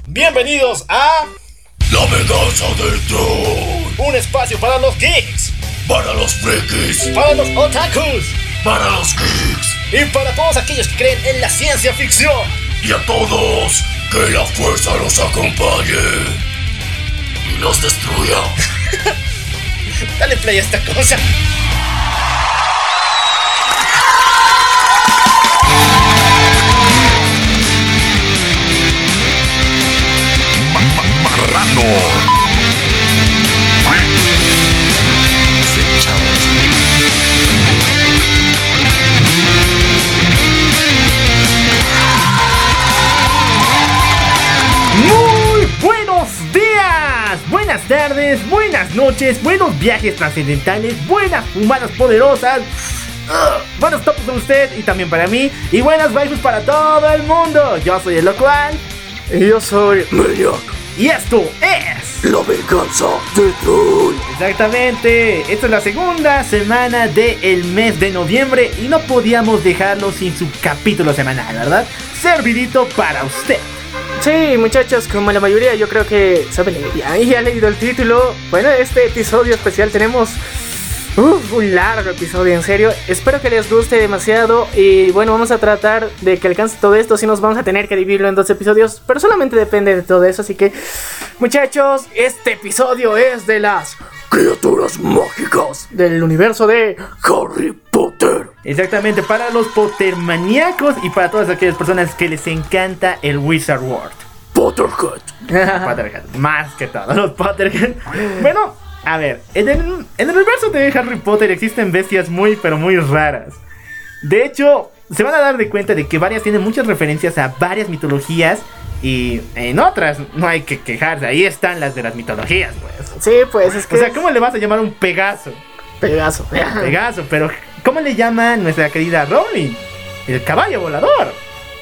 Bienvenidos a La Venganza del Troll. un espacio para los geeks, Para los frikis, para los otakus para los geeks y para todos aquellos que creen en la ciencia ficción. y a todos, que la fuerza los acompañe y los destruya. Dale play a esta cosa. Marrano. Muy buenos días, buenas tardes, buenas noches, buenos viajes trascendentales, buenas fumadas poderosas, buenos topos para usted y también para mí, y buenas waifus para todo el mundo. Yo soy el Locual Y yo soy Maniac. y esto es... La Venganza del Troll. Exactamente, esta es la segunda semana del mes de noviembre y no podíamos dejarlo sin su capítulo semanal, ¿verdad? Servidito para usted. Sí, muchachos, como la mayoría yo creo que saben leer y han leído el título. Bueno, este episodio especial tenemos un largo episodio, en serio. Espero que les guste demasiado. Y bueno, vamos a tratar de que alcance todo esto. Si nos vamos a tener que dividirlo en 2 episodios, pero solamente depende de todo eso. Así que, muchachos, este episodio es de las Criaturas mágicas. del universo de Harry Potter. Exactamente, para los Pottermaníacos y para todas aquellas personas que les encanta el Wizard World. Potterhead. Potterhead, más que todo, los Potterhead. Bueno, a ver, en el universo de Harry Potter existen bestias muy, pero muy raras. De hecho, se van a dar de cuenta de que varias tienen muchas referencias a varias mitologías. Y en otras no hay que quejarse, ahí están las de las mitologías, pues. Sí, pues es que... O sea, ¿cómo le vas a llamar un Pegaso? Pegaso. Pegaso, pero ¿cómo le llama nuestra querida Rowling? El caballo volador.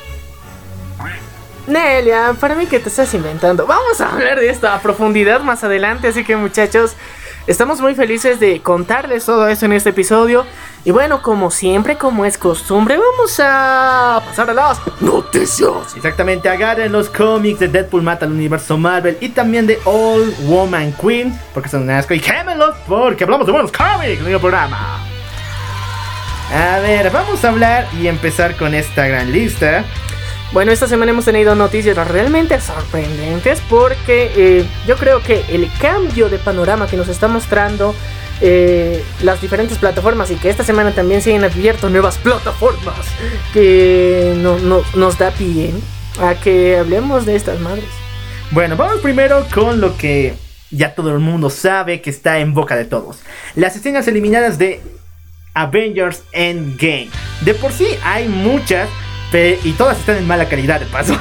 Nelia, para mí que te estás inventando. Vamos a hablar de esto a profundidad más adelante. Así que, muchachos, estamos muy felices de contarles todo esto en este episodio. Y bueno, como siempre, como es costumbre, vamos a pasar a las Noticias. Exactamente, agarren los cómics de Deadpool mata al universo Marvel y también de Old Woman Queen, porque son un asco, y quémelos porque hablamos de buenos cómics en el programa. A ver, vamos a hablar y empezar con esta gran lista. Bueno, esta semana hemos tenido noticias realmente sorprendentes porque yo creo que el cambio de panorama que nos está mostrando las diferentes plataformas y que esta semana también se han abierto nuevas plataformas que nos da pie a que hablemos de estas madres. Bueno, vamos primero con lo que ya todo el mundo sabe que está en boca de todos. Las escenas eliminadas de Avengers Endgame. De por sí hay muchas, y todas están en mala calidad de paso.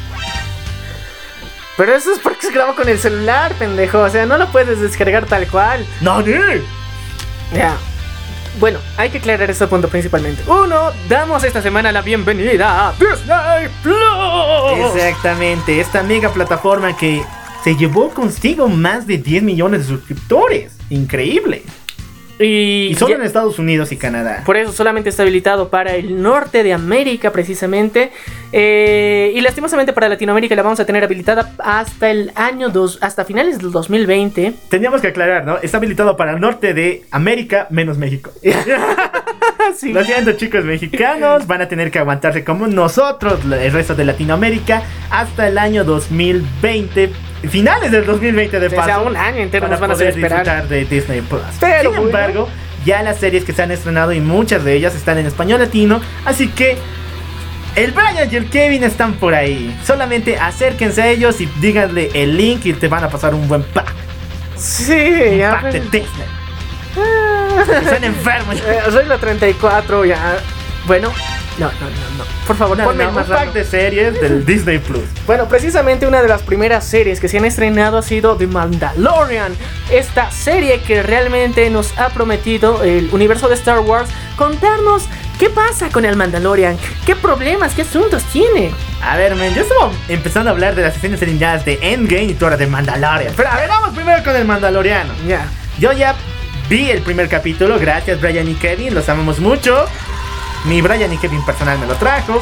Pero eso es porque se grabó con el celular, pendejo. O sea, no lo puedes descargar tal cual. ¡No, no! Ya. Bueno, hay que aclarar este punto principalmente. Uno, damos esta semana la bienvenida a Disney Plus. Exactamente, esta mega plataforma que se llevó consigo más de 10 millones de suscriptores. Increíble. Y solo en Estados Unidos y Canadá. Por eso solamente está habilitado para el norte de América, precisamente. Y lastimosamente para Latinoamérica la vamos a tener habilitada hasta el año hasta finales del 2020. Teníamos que aclarar, ¿no? Está habilitado para el norte de América menos México. Sí. Lo siento, chicos mexicanos, van a tener que aguantarse como nosotros, el resto de Latinoamérica, hasta el año 2020. Finales del 2020 de paso. O sea, un año entero para nos van a hacer poder esperar. disfrutar de Disney Plus. Pero sin embargo, ya las series que se han estrenado y muchas de ellas están en español latino, así que el Brian y el Kevin están por ahí. Solamente acérquense a ellos y díganle el link y te van a pasar un buen pack. Sí, Un ya. pack de Disney. Son enfermos. Regla 34, ya. Bueno, no. Por favor, ponme un más pack raro. de series del Disney Plus. Bueno, precisamente una de las primeras series que se han estrenado ha sido The Mandalorian. Esta serie que realmente nos ha prometido el universo de Star Wars contarnos qué pasa con el Mandalorian, qué problemas, qué asuntos tiene. A ver, man, yo estaba empezando a hablar de las escenas eliminadas de Endgame y tú ahora de Mandalorian. Pero a ver, vamos primero con el Mandaloriano. Ya. Yo ya vi el primer capítulo, gracias Brian y Kevin, los amamos mucho. Mi Brian y Kevin personal me lo trajo.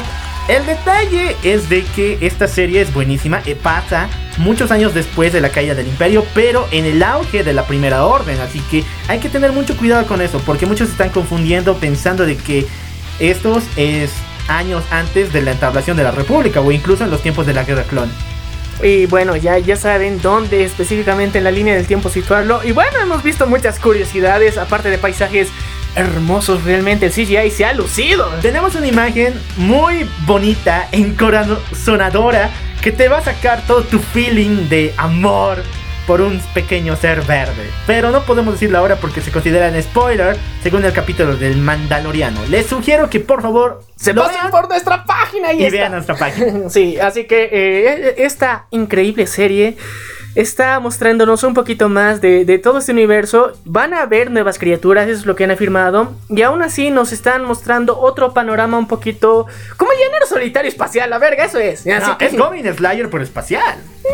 El detalle es de que esta serie es buenísima, pasa muchos años después de la caída del Imperio, pero en el auge de la Primera Orden, así que hay que tener mucho cuidado con eso, porque muchos se están confundiendo pensando de que estos es años antes de la entablación de la República o incluso en los tiempos de la Guerra Clon. Y bueno, ya saben dónde específicamente en la línea del tiempo situarlo. Y bueno, hemos visto muchas curiosidades, aparte de paisajes hermosos, realmente el CGI se ha lucido. Tenemos una imagen muy bonita, encorazonadora, que te va a sacar todo tu feeling de amor por un pequeño ser verde. Pero no podemos decirlo ahora porque se considera un spoiler según el capítulo del Mandaloriano. Les sugiero que por favor se pasen por nuestra página y vean nuestra página. Sí, así que esta increíble serie está mostrándonos un poquito más de todo este universo. Van a haber nuevas criaturas, eso es lo que han afirmado. Y aún así nos están mostrando otro panorama un poquito como el llanero solitario espacial. La verga, eso es. Así que es Goblin Slayer pero espacial.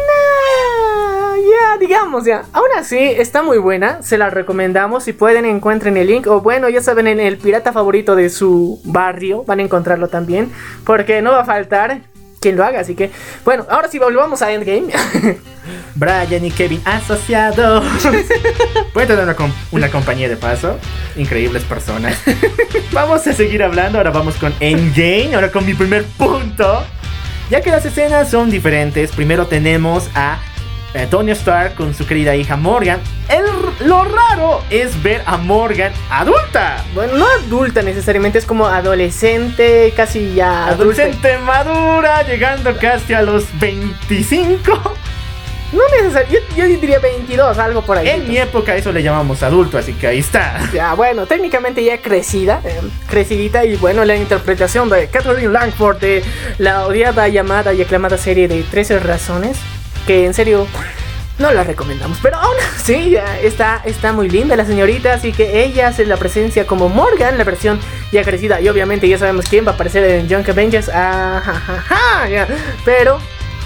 Ya, digamos, ya. Aún así, está muy buena. Se la recomendamos. Si pueden, encuentren el link. O bueno, ya saben, en el pirata favorito de su barrio van a encontrarlo también. Porque no va a faltar quien lo haga. Así que, bueno, ahora sí volvamos a Endgame. Brian y Kevin asociados. Pueden tener una compañía de paso. Increíbles personas. Vamos a seguir hablando. Ahora vamos con Endgame. Ahora con mi primer punto. Ya que las escenas son diferentes. Primero tenemos a Tony Stark con su querida hija Morgan. Lo raro es ver a Morgan adulta. Bueno, no adulta necesariamente, es como adolescente, casi ya adolescente madura, llegando casi a los 25. No necesariamente, yo diría 22, algo por ahí. En mi época eso le llamamos adulto, así que ahí está. Ya, bueno, técnicamente ya crecidita. Y bueno, la interpretación de Catherine Langford de la odiada, llamada y aclamada serie de 13 razones, que en serio no la recomendamos, pero aún así ya está muy linda la señorita. Así que ella hace la presencia como Morgan, la versión ya crecida. Y obviamente ya sabemos quién va a aparecer en Young Avengers. Ya. Pero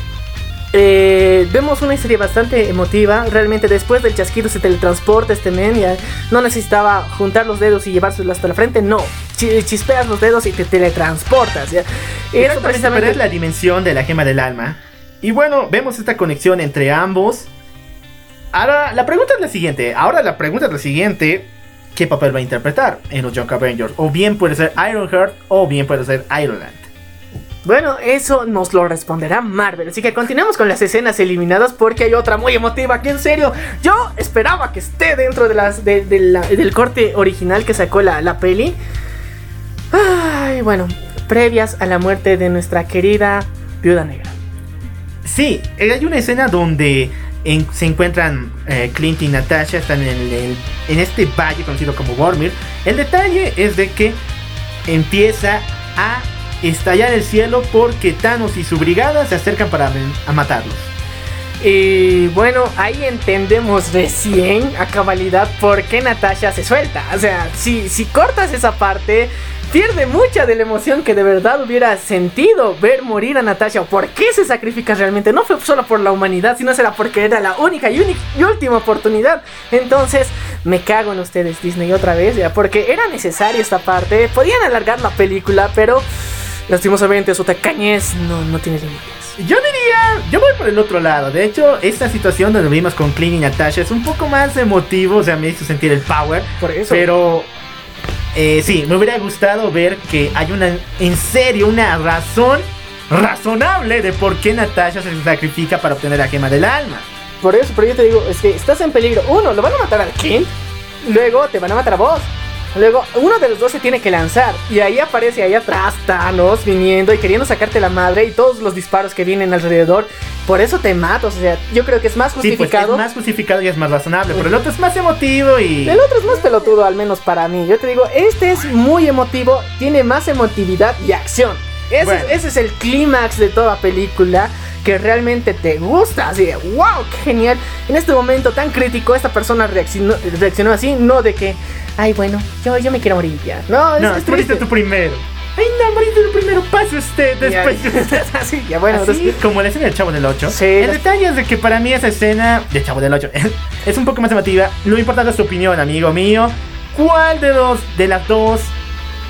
vemos una historia bastante emotiva. Realmente después del chasquido se teletransporta este men. Ya no necesitaba juntar los dedos y llevárselos hasta la frente. No, chispeas los dedos y te teletransportas, ¿ya? Eso precisamente es la dimensión de la gema del alma. Y bueno, vemos esta conexión entre ambos. Ahora, la pregunta es la siguiente. ¿Qué papel va a interpretar en los Young Avengers? O bien puede ser Ironheart, o bien puede ser Iron Man. Bueno, eso nos lo responderá Marvel. Así que continuemos con las escenas eliminadas, porque hay otra muy emotiva que en serio yo esperaba que esté dentro de del corte original que sacó la peli. Ay, bueno, previas a la muerte de nuestra querida Viuda Negra. Sí, hay una escena donde se encuentran Clint y Natasha. Están en este valle conocido como Vormir. El detalle es de que empieza a estallar el cielo porque Thanos y su brigada se acercan para matarlos. Y bueno, ahí entendemos recién a cabalidad por qué Natasha se suelta. O sea, si cortas esa parte, pierde mucha de la emoción que de verdad hubiera sentido ver morir a Natasha. ¿Por qué se sacrifica realmente? No fue solo por la humanidad, sino será porque era la única y última oportunidad. Entonces, me cago en ustedes, Disney, otra vez, ya, porque era necesaria esta parte. Podían alargar la película, pero lastimosamente su tacañez no tiene límites. Yo voy por el otro lado. De hecho, esta situación donde vimos con Clint y Natasha es un poco más emotivo. O sea, me hizo sentir el power. Por eso. Pero sí, me hubiera gustado ver que hay una razón razonable de por qué Natasha se sacrifica para obtener la gema del alma. Por eso, pero yo te digo, es que estás en peligro. Uno, lo van a matar al Clint. Luego te van a matar a vos. Luego uno de los dos se tiene que lanzar. Y ahí aparece ahí atrás Thanos viniendo y queriendo sacarte la madre. Y todos los disparos que vienen alrededor. Por eso te matas. O sea, yo creo que es más justificado. Sí, pues es más justificado y es más razonable. Pero el otro es más emotivo y... El otro es más pelotudo, al menos para mí. Yo te digo, este es muy emotivo. Tiene más emotividad y acción. Ese es el clímax de toda película, que realmente te gusta. Así de, wow, qué genial. En este momento tan crítico, esta persona reaccionó así. No de que, ay, bueno, yo me quiero morir ya. No, es moriste tú primero. Ay, no, moriste tú primero, pasa usted después. Así, ya bueno. Así entonces, como la escena del Chavo del 8. Sí, el detalle es de que para mí esa escena de Chavo del 8 es un poco más emotiva. Lo importante es tu opinión, amigo mío. ¿Cuál de las dos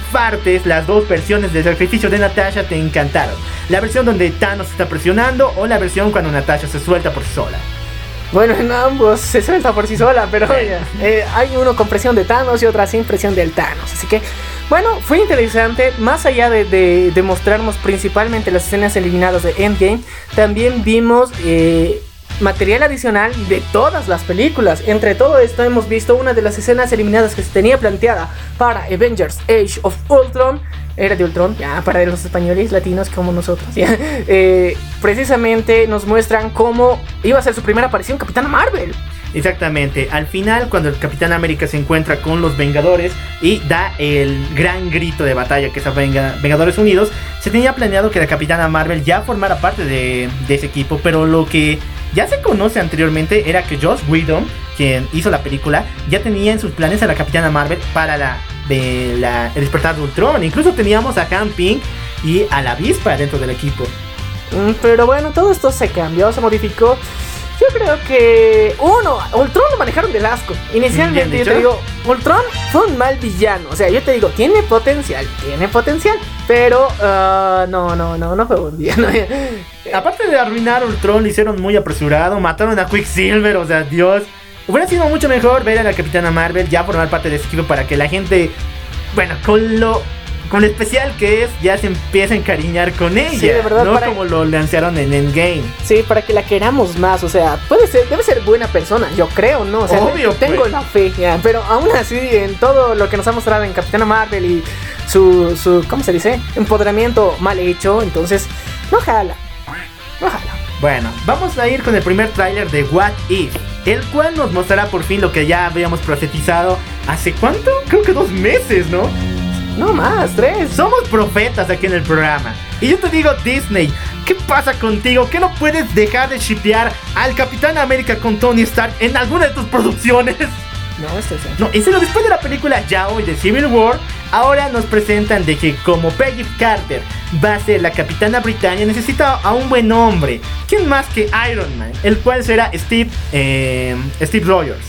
partes, las dos versiones del sacrificio de Natasha te encantaron? ¿La versión donde Thanos está presionando o la versión cuando Natasha se suelta por sí sola? Bueno, en ambos se suelta por sí sola, pero hay uno con presión de Thanos y otra sin presión del Thanos. Así que, bueno, fue interesante. Más allá de mostrarnos principalmente las escenas eliminadas de Endgame, también vimos material adicional de todas las películas. Entre todo esto hemos visto una de las escenas eliminadas que se tenía planteada para Avengers Age of Ultron. Era de Ultron, ya, para los españoles latinos como nosotros, ya. Precisamente nos muestran cómo iba a ser su primera aparición Capitana Marvel. Exactamente, al final cuando el Capitán América se encuentra con los Vengadores y da el gran grito de batalla que es a Vengadores Unidos, se tenía planeado que la Capitana Marvel ya formara parte de ese equipo, pero lo que ya se conoce anteriormente era que Joss Whedon, quien hizo la película, ya tenía en sus planes a la Capitana Marvel para el despertar de Ultron. Incluso teníamos a Han Ping y a la Avispa dentro del equipo. Pero bueno, todo esto se cambió, se modificó. Yo creo que Ultron lo manejaron de asco. Inicialmente yo te digo, Ultron fue un mal villano. O sea, yo te digo, tiene potencial, pero no fue buen villano. Aparte de arruinar Ultron, lo hicieron muy apresurado, mataron a Quicksilver, o sea, Dios. Hubiera sido mucho mejor ver a la Capitana Marvel ya formar parte de ese equipo para que la gente, bueno, con lo especial que es, ya se empieza a encariñar con ella. Sí, de verdad, no como lo lanzaron en Endgame. Sí, para que la queramos más, o sea, debe ser buena persona, yo creo, ¿no? O sea, obvio, tengo la fe, ya, pero aún así, en todo lo que nos ha mostrado en Capitana Marvel y su ¿cómo se dice? Empoderamiento mal hecho, entonces, no jala. Bueno, vamos a ir con el primer tráiler de What If, el cual nos mostrará por fin lo que ya habíamos profetizado hace ¿cuánto? Creo que 2 meses, ¿no? No más, 3. Somos profetas aquí en el programa. Y yo te digo, Disney, ¿qué pasa contigo? ¿Que no puedes dejar de shippear al Capitán América con Tony Stark en alguna de tus producciones? No, en serio, después de la película Yao y de Civil War, ahora nos presentan de que como Peggy Carter va a ser la Capitana Britannia, necesita a un buen hombre. ¿Quién más que Iron Man? El cual será Steve Rogers.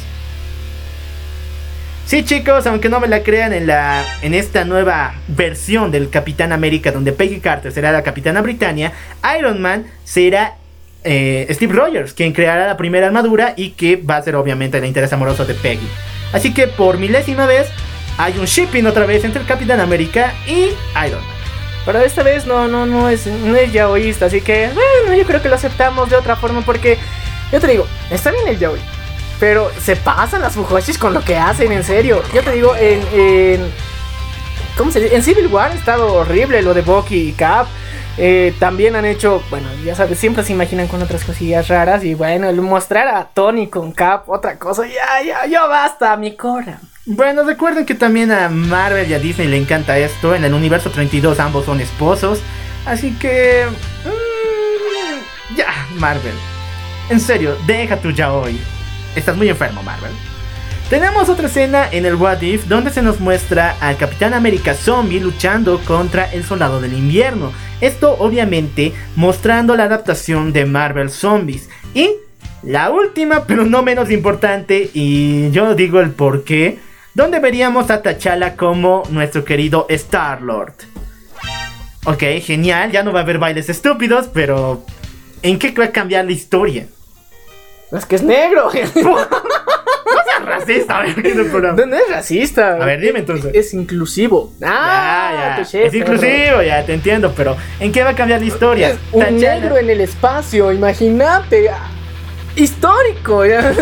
Sí, chicos, aunque no me la crean, en esta nueva versión del Capitán América, donde Peggy Carter será la Capitana Britannia, Iron Man será Steve Rogers, quien creará la primera armadura y que va a ser obviamente el interés amoroso de Peggy. Así que por 1000ª vez hay un shipping otra vez entre el Capitán América y Iron Man. Pero esta vez no es yaoísta, así que bueno, yo creo que lo aceptamos de otra forma porque, yo te digo, está bien el yaoi, pero se pasan las fujoshis con lo que hacen, en serio. Yo te digo, ¿cómo se dice? En Civil War ha estado horrible lo de Bucky y Cap. También han hecho, bueno, ya sabes, siempre se imaginan con otras cosillas raras. Y bueno, el mostrar a Tony con Cap, otra cosa, ya basta, mi cora. Bueno, recuerden que también a Marvel y a Disney le encanta esto. En el universo 32 ambos son esposos. Así que... ya, Marvel. En serio, deja tu yaoi. Estás muy enfermo, Marvel. Tenemos otra escena en el What If, donde se nos muestra al Capitán América Zombie luchando contra el Soldado del Invierno. Esto obviamente mostrando la adaptación de Marvel Zombies. Y la última, pero no menos importante, y yo digo el porqué, donde veríamos a T'Challa como nuestro querido Star-Lord. Ok, genial, ya no va a haber bailes estúpidos, pero ¿en qué va a cambiar la historia? Es que es negro. No seas racista, a ver, no es racista. A ver, dime entonces. Es inclusivo. Ya. Es inclusivo, ya te entiendo, pero ¿en qué va a cambiar la historia? Es un negro en el espacio, imagínate. Histórico, ya.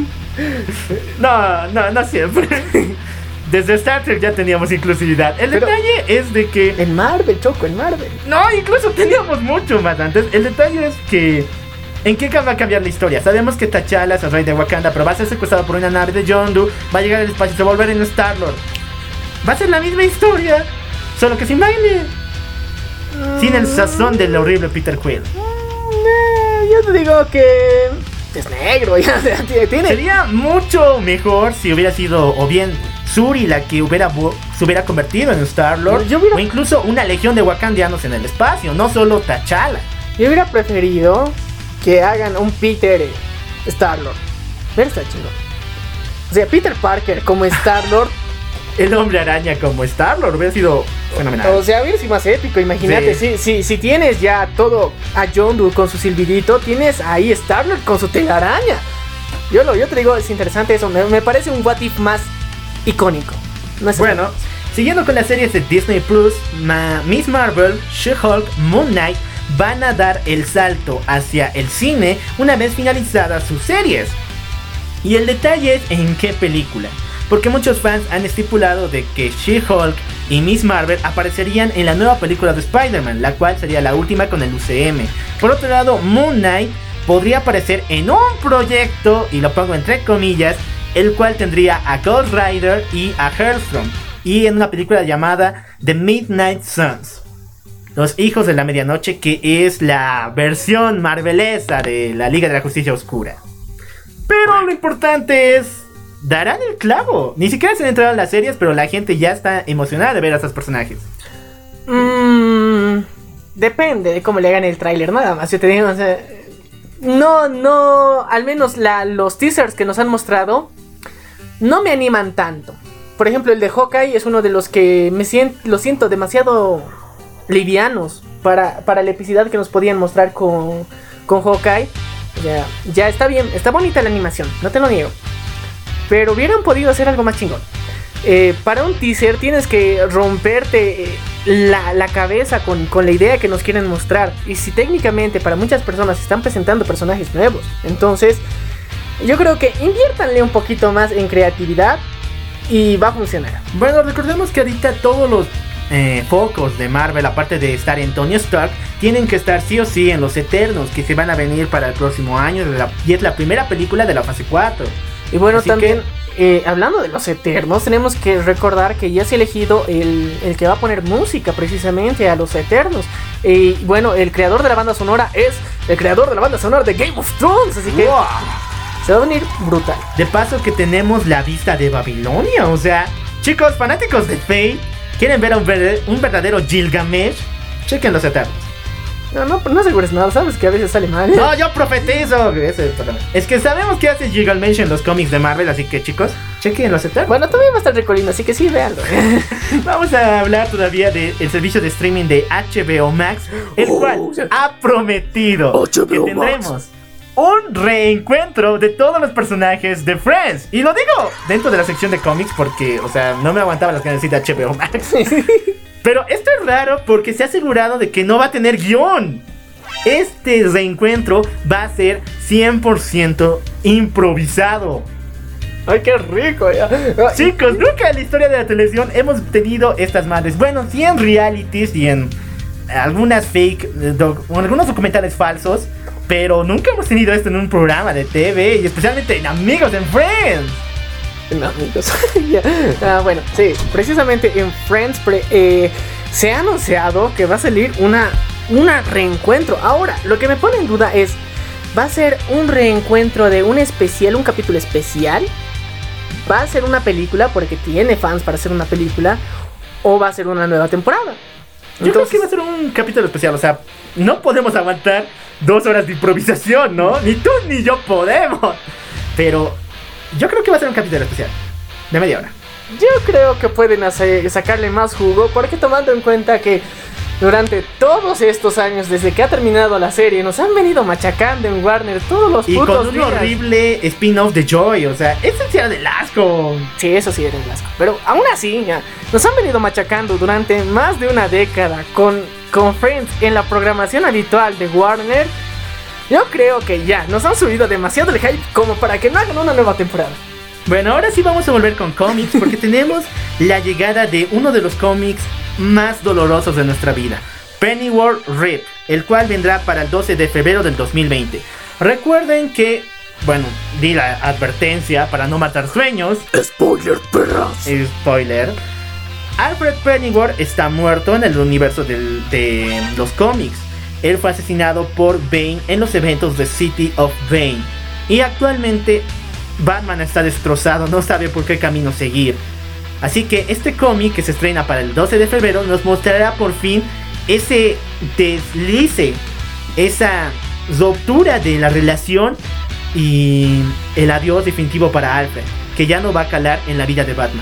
No siempre. Desde Star Trek ya teníamos inclusividad. El detalle es de que... En Marvel, Choco, en Marvel. No, incluso teníamos mucho más antes. El detalle es que... ¿en qué va a cambiar la historia? Sabemos que T'Challa es el rey de Wakanda, pero va a ser secuestrado por una nave de Yondu, va a llegar al espacio y se va a volver en Star-Lord. Va a ser la misma historia, solo que sin baile. Sin el sazón del horrible Peter Quill. Yo te digo que... es negro, ya tiene... Sería mucho mejor si hubiera sido o bien Shuri la que se hubiera convertido en Star-Lord, o incluso una legión de wakandianos en el espacio, no solo T'Challa. Yo hubiera preferido que hagan un Peter Star-Lord. Pero está chido. O sea, Peter Parker como Star-Lord el Hombre Araña como Star-Lord, hubiera sido fenomenal. O sea, hubiera sido más épico, imagínate. Sí. Si tienes ya todo a Yondu con su silbidito, tienes ahí Star-Lord con su telaraña. Yo te digo, es interesante eso. Me parece un what if más icónico. No sé. Bueno, siguiendo con las series de Disney Plus, Miss Marvel, She-Hulk, Moon Knight van a dar el salto hacia el cine una vez finalizadas sus series. Y el detalle es en qué película, porque muchos fans han estipulado de que She-Hulk y Miss Marvel aparecerían en la nueva película de Spider-Man, la cual sería la última con el UCM. Por otro lado, Moon Knight podría aparecer en un proyecto, y lo pongo entre comillas, el cual tendría a Ghost Rider y a Hellstrom, y en una película llamada The Midnight Suns, Los Hijos de la Medianoche, que es la versión marvelesa de la Liga de la Justicia Oscura. Pero lo importante es, darán el clavo. Ni siquiera se han entrado en las series, pero la gente ya está emocionada de ver a estos personajes. Depende de cómo le hagan el tráiler, nada más. Yo te digo, o sea, no, al menos los teasers que nos han mostrado no me animan tanto. Por ejemplo, el de Hawkeye es uno de los que lo siento demasiado livianos para la epicidad que nos podían mostrar con Hawkeye. Ya está bien, está bonita la animación, no te lo niego, pero hubieran podido hacer algo más chingón. Para un teaser tienes que romperte la cabeza con la idea que nos quieren mostrar. Y si técnicamente para muchas personas están presentando personajes nuevos, entonces yo creo que inviértanle un poquito más en creatividad y va a funcionar. Bueno, recordemos que ahorita todos los focos de Marvel, aparte de estar en Tony Stark, tienen que estar sí o sí en los Eternos, que se van a venir para el próximo año, y es la primera película de la fase 4. Y bueno, así también hablando de los Eternos, tenemos que recordar que ya se ha elegido el que va a poner música precisamente a los Eternos. Y bueno, el creador de la banda sonora es el creador de la banda sonora de Game of Thrones, así que se va a venir brutal. De paso que tenemos la vista de Babilonia, o sea, chicos, fanáticos de Fate, ¿quieren ver a un verdadero Gilgamesh? Chequen los Eternos. No asegures nada, sabes que a veces sale mal. No, yo profetizo. Es que sabemos que hace Gilgamesh en los cómics de Marvel, así que chicos, chequen los Eternos. Bueno, todavía va a estar recolino, así que sí, véanlo. Vamos a hablar todavía del servicio de streaming de HBO Max, el cual ha prometido que tendremos un reencuentro de todos los personajes de Friends. Y lo digo dentro de la sección de cómics porque, o sea, no me aguantaba las ganas de HBO Max. Pero esto es raro porque se ha asegurado de que no va a tener guión. Este reencuentro va a ser 100% improvisado. ¡Ay, qué rico! Ya. Chicos, nunca en la historia de la televisión hemos tenido estas madres. Bueno, sí en realities y en algunas algunos documentales falsos, pero nunca hemos tenido esto en un programa de TV y especialmente en Amigos en Friends. Bueno, sí, precisamente en Friends se ha anunciado que va a salir una reencuentro. Ahora, lo que me pone en duda es, ¿va a ser un reencuentro de un especial, un capítulo especial? ¿Va a ser una película porque tiene fans para hacer una película? ¿O va a ser una nueva temporada? Yo creo que va a ser un capítulo especial, o sea, no podemos aguantar 2 horas de improvisación, ¿no? Ni tú ni yo podemos. Pero yo creo que va a ser un capítulo especial de media hora. Yo creo que pueden sacarle más jugo, porque tomando en cuenta que durante todos estos años, desde que ha terminado la serie, nos han venido machacando en Warner todos los putos días. Y con un horrible spin-off de Joy, o sea, eso sí era del asco. Sí, eso sí era del asco. Pero aún así, ya, nos han venido machacando durante más de una década con Friends en la programación habitual de Warner. Yo creo que ya nos han subido demasiado el hype como para que no hagan una nueva temporada. Bueno, ahora sí vamos a volver con cómics porque tenemos la llegada de uno de los cómics más dolorosos de nuestra vida, Pennyworth Rip, el cual vendrá para el 12 de febrero del 2020. Recuerden que, bueno, di la advertencia para no matar sueños. Spoiler, perras. Spoiler. Alfred Pennyworth está muerto en el universo de los cómics. Él fue asesinado por Bane en los eventos de City of Bane. Y actualmente Batman está destrozado, no sabe por qué camino seguir. Así que este cómic que se estrena para el 12 de febrero nos mostrará por fin ese deslice, esa ruptura de la relación y el adiós definitivo para Alfred, que ya no va a calar en la vida de Batman.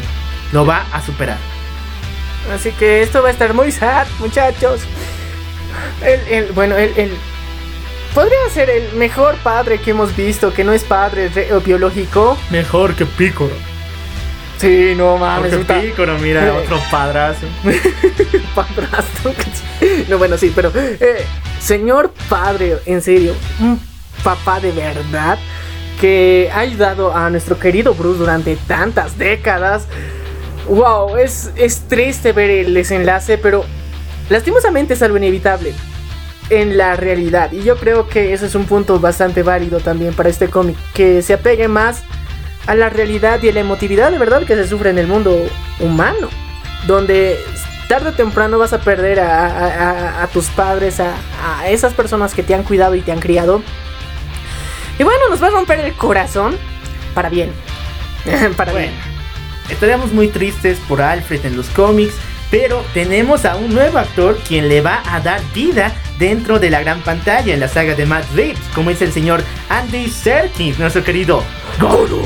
lo va a superar. Así que esto va a estar muy sad, muchachos. Bueno, podría ser el mejor padre que hemos visto, que no es padre biológico. Mejor que Piccolo. Sí, no mames. Porque Piccolo, mira, otro padrazo. Padrastro. No, bueno, sí, pero señor padre, en serio, un papá de verdad que ha ayudado a nuestro querido Bruce durante tantas décadas. Wow, es triste ver el desenlace, pero lastimosamente es algo inevitable en la realidad. Y yo creo que eso es un punto bastante válido también para este cómic, que se apegue más a la realidad y a la emotividad de verdad que se sufre en el mundo humano, donde tarde o temprano vas a perder a tus padres, a esas personas que te han cuidado y te han criado. Y bueno, nos va a romper el corazón para bien. Para bien. Estaríamos muy tristes por Alfred en los cómics, pero tenemos a un nuevo actor quien le va a dar vida dentro de la gran pantalla en la saga de Matt Reeves, como es el señor Andy Serkis, nuestro querido Gollum.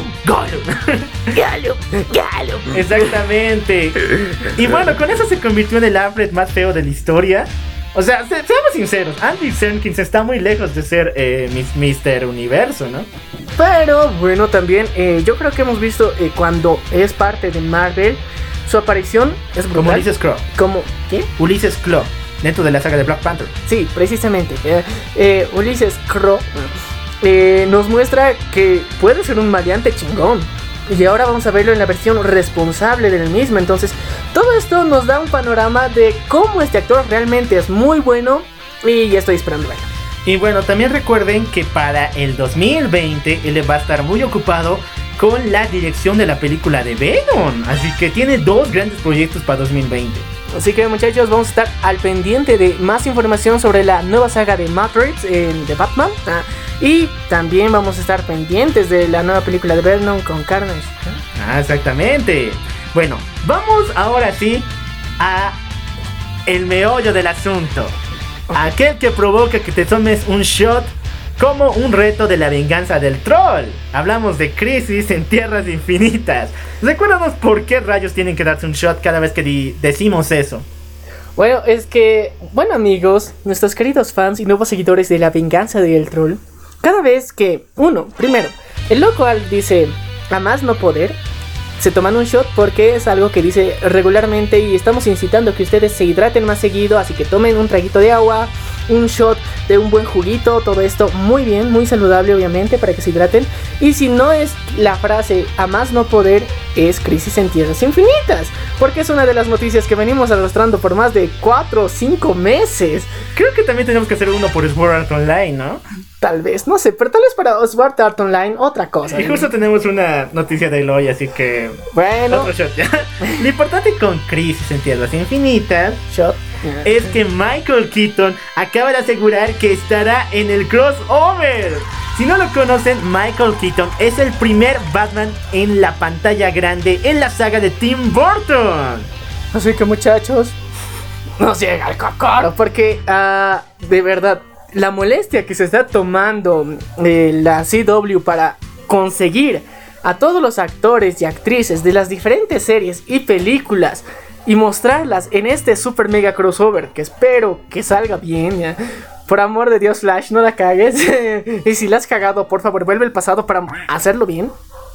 Exactamente. Y bueno, con eso se convirtió en el Alfred más feo de la historia. O sea, seamos sinceros, Andy Serkis está muy lejos de ser Mr. Universo, ¿no? Pero bueno, también yo creo que hemos visto cuando es parte de Marvel, su aparición es brutal. Como Ulysses Claw. ¿Como qué? Ulysses Claw, dentro de la saga de Black Panther. Sí, precisamente. Ulysses Claw nos muestra que puede ser un maleante chingón. Y ahora vamos a verlo en la versión responsable del mismo. Entonces, todo esto nos da un panorama de cómo este actor realmente es muy bueno. Y ya estoy esperando verlo. Y bueno, también recuerden que para el 2020 él va a estar muy ocupado con la dirección de la película de Venom. Así que tiene dos grandes proyectos para 2020. Así que muchachos, vamos a estar al pendiente de más información sobre la nueva saga de Matt Reeves de Batman. Y también vamos a estar pendientes de la nueva película de Venom con Carnage. Exactamente. Bueno, vamos ahora sí a el meollo del asunto. Aquel que provoca que te tomes un shot como un reto de la venganza del troll. Hablamos de Crisis en Tierras Infinitas. Recuérdanos por qué rayos tienen que darse un shot cada vez que decimos eso. Bueno, es que, bueno amigos, nuestros queridos fans y nuevos seguidores de la venganza del troll, cada vez que, primero, el loco Al dice a más no poder, se toman un shot porque es algo que dice regularmente y estamos incitando a que ustedes se hidraten más seguido, así que tomen un traguito de agua, un shot de un buen juguito, todo esto muy bien, muy saludable obviamente para que se hidraten. Y si no es la frase a más no poder, es Crisis en Tierras Infinitas, porque es una de las noticias que venimos arrastrando por más de 4 o 5 meses. Creo que también tenemos que hacer uno por Sword Art Online, ¿no? Tal vez, no sé, pero tal vez para Sword Art Online otra cosa. Y justo tenemos una noticia de Eloy, así que... Bueno. Otro shot, ¿ya? Lo importante con Crisis en Tierras Infinitas shot es que Michael Keaton acaba de asegurar que estará en el crossover. Si no lo conocen, Michael Keaton es el primer Batman en la pantalla grande en la saga de Tim Burton. Así que muchachos, no se haga el cocoro, porque de verdad, la molestia que se está tomando la CW para conseguir a todos los actores y actrices de las diferentes series y películas y mostrarlas en este super mega crossover, que espero que salga bien, ¿ya? Por amor de Dios, Flash, no la cagues. Y si la has cagado, por favor, vuelve al pasado para hacerlo bien.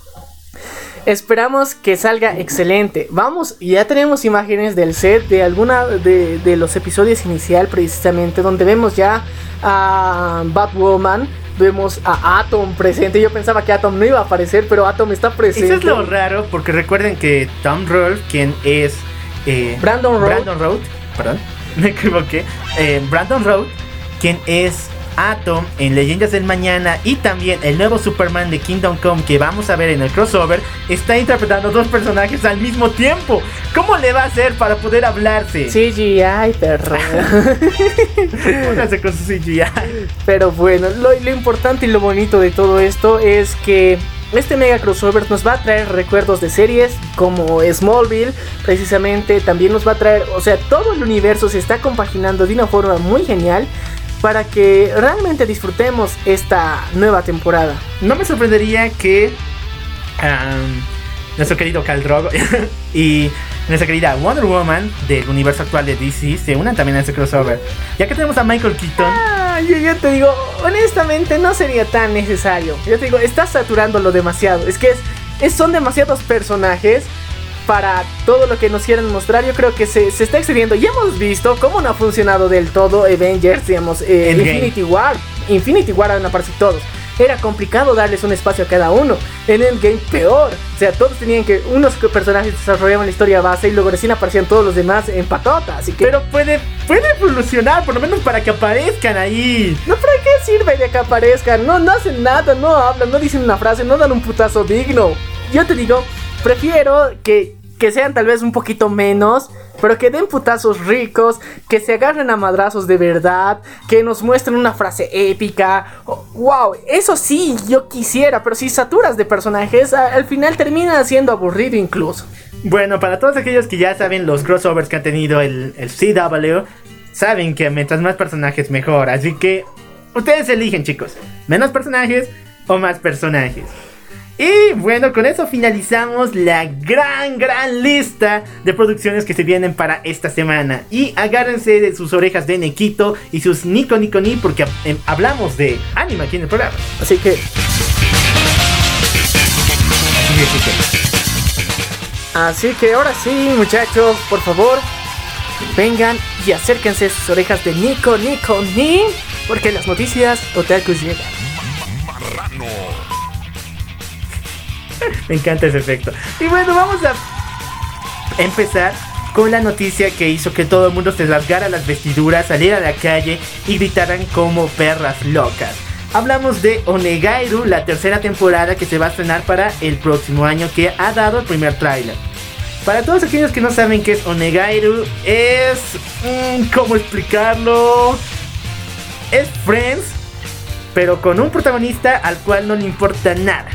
Esperamos que salga excelente. Vamos, ya tenemos imágenes del set de alguna de los episodios inicial, precisamente, donde vemos ya a Batwoman. Vemos a Atom presente. Yo pensaba que Atom no iba a aparecer, pero Atom está presente. Eso es lo raro, porque recuerden que Tom Rolfe, quien es Brandon Routh, perdón, me equivoqué. Brandon Routh, quien es Atom en Leyendas del Mañana, y también el nuevo Superman de Kingdom Come que vamos a ver en el crossover, está interpretando dos personajes al mismo tiempo. ¿Cómo le va a hacer para poder hablarse? CGI, perro. Póngase con su CGI. Pero bueno, lo importante y lo bonito de todo esto es que este mega crossover nos va a traer recuerdos de series como Smallville, precisamente. También nos va a traer, o sea, todo el universo se está compaginando de una forma muy genial para que realmente disfrutemos esta nueva temporada. No me sorprendería que nuestro querido Khal Drogo y nuestra querida Wonder Woman del universo actual de DC se unan también a este crossover. Ya que tenemos a Michael Keaton. Yo te digo, honestamente no sería tan necesario. Yo te digo, estás saturándolo demasiado. Es que son demasiados personajes para todo lo que nos quieren mostrar. Yo creo que se está excediendo. Ya hemos visto cómo no ha funcionado del todo Avengers, digamos, Infinity War van a aparecer todos. Era complicado darles un espacio a cada uno. En Endgame peor. O sea, todos tenían que... Unos personajes desarrollaban la historia base y luego recién aparecían todos los demás en patota. Así que... Pero puede evolucionar, por lo menos para que aparezcan ahí. No, ¿para qué sirve de que aparezcan? No hacen nada, no hablan, no dicen una frase, no dan un putazo digno. Yo te digo, prefiero que sean tal vez un poquito menos, pero que den putazos ricos, que se agarren a madrazos de verdad, que nos muestren una frase épica. Wow, eso sí, yo quisiera, pero si saturas de personajes, al final termina siendo aburrido incluso. Bueno, para todos aquellos que ya saben los crossovers que ha tenido el CW, saben que mientras más personajes mejor, así que ustedes eligen, chicos, menos personajes o más personajes. Y bueno, con eso finalizamos la gran lista de producciones que se vienen para esta semana. Y agárrense de sus orejas de Nequito y sus Nico Ni, porque hablamos de anime aquí en el programa. Así que ahora sí, muchachos, por favor, vengan y acérquense a sus orejas de Nico Ni, porque las noticias otakus llegan. Me encanta ese efecto. Y bueno, vamos a empezar con la noticia que hizo que todo el mundo se rasgara las vestiduras, saliera a la calle y gritaran como perras locas. Hablamos de Onegairo, la tercera temporada que se va a estrenar para el próximo año, que ha dado el primer tráiler. Para todos aquellos que no saben qué es Onegairo, es... ¿cómo explicarlo? Es Friends, pero con un protagonista al cual no le importa nada.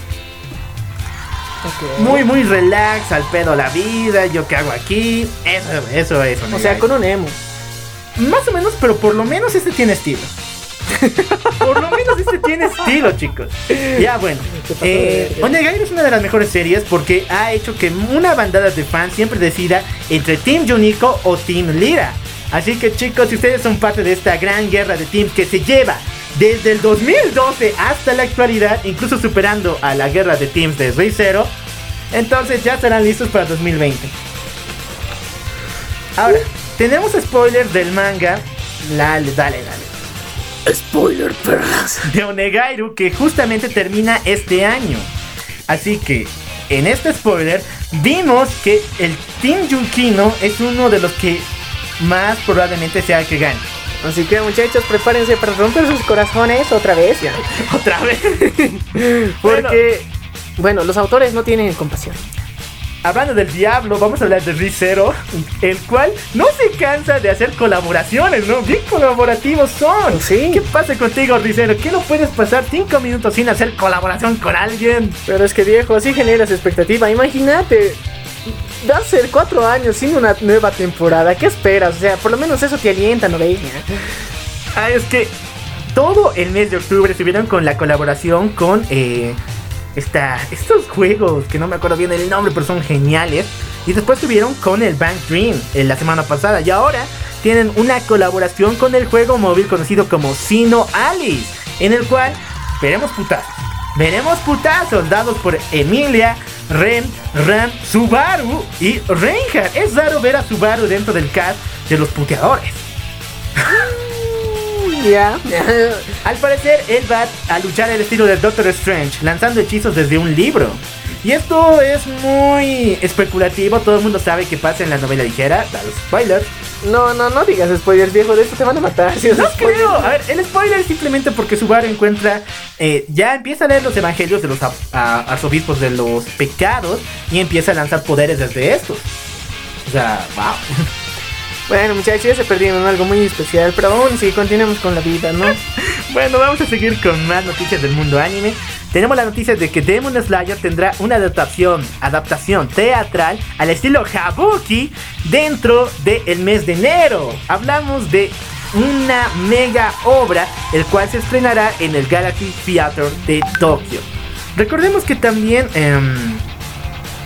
Okay. Muy relax, al pedo la vida, yo qué hago aquí. Eso es. O sea, con un emo. Más o menos, pero por lo menos este tiene estilo. Por lo menos este tiene estilo, chicos. Ya bueno, Onegairo es una de las mejores series porque ha hecho que una bandada de fans siempre decida entre Team Juniko o Team Lira. Así que, chicos, si ustedes son parte de esta gran guerra de teams que se lleva desde el 2012 hasta la actualidad, incluso superando a la guerra de teams de Re:Zero, entonces ya estarán listos para 2020. Ahora, tenemos spoilers del manga. Dale. Spoiler, perras. De Onegairo, que justamente termina este año. Así que, en este spoiler, vimos que el Team Yukino es uno de los que más probablemente sea el que gane. Así que, muchachos, prepárense para romper sus corazones otra vez. Otra vez. Porque, bueno, los autores no tienen compasión. Hablando del diablo, vamos a hablar de Re:Zero, el cual no se cansa de hacer colaboraciones, ¿no? Bien colaborativos son. Sí. ¿Qué pasa contigo, Re:Zero? ¿Qué no puedes pasar 5 minutos sin hacer colaboración con alguien? Pero es que, viejo, así generas expectativa. Imagínate, va a ser 4 años sin una nueva temporada. ¿Qué esperas? O sea, por lo menos eso te alienta, ¿no veis? Es que todo el mes de octubre estuvieron con la colaboración con... estos juegos que no me acuerdo bien el nombre, pero son geniales. Y después estuvieron con el Bank Dream la semana pasada. Y ahora tienen una colaboración con el juego móvil conocido como Sino Alice, en el cual veremos putazos dados por Emilia, Ren, Ram, Subaru y Reinhardt. Es raro ver a Subaru dentro del cast de los puteadores. Ya. Al parecer, él va a luchar al estilo de Doctor Strange, lanzando hechizos desde un libro. Y esto es muy especulativo. Todo el mundo sabe qué pasa en la novela ligera. Da los spoilers. No digas spoilers, viejo. De esto te van a matar. Si no creo. A ver, el spoiler es simplemente porque Subaru encuentra... ya empieza a leer los evangelios de los arzobispos de los pecados y empieza a lanzar poderes desde estos. O sea, wow. Bueno, muchachos, ya se perdieron algo muy especial, pero aún sí, continuemos con la vida, ¿no? Bueno, vamos a seguir con más noticias del mundo anime. Tenemos la noticia de que Demon Slayer tendrá una adaptación teatral al estilo Kabuki dentro del mes de enero. Hablamos de una mega obra, el cual se estrenará en el Galaxy Theater de Tokio. Recordemos que también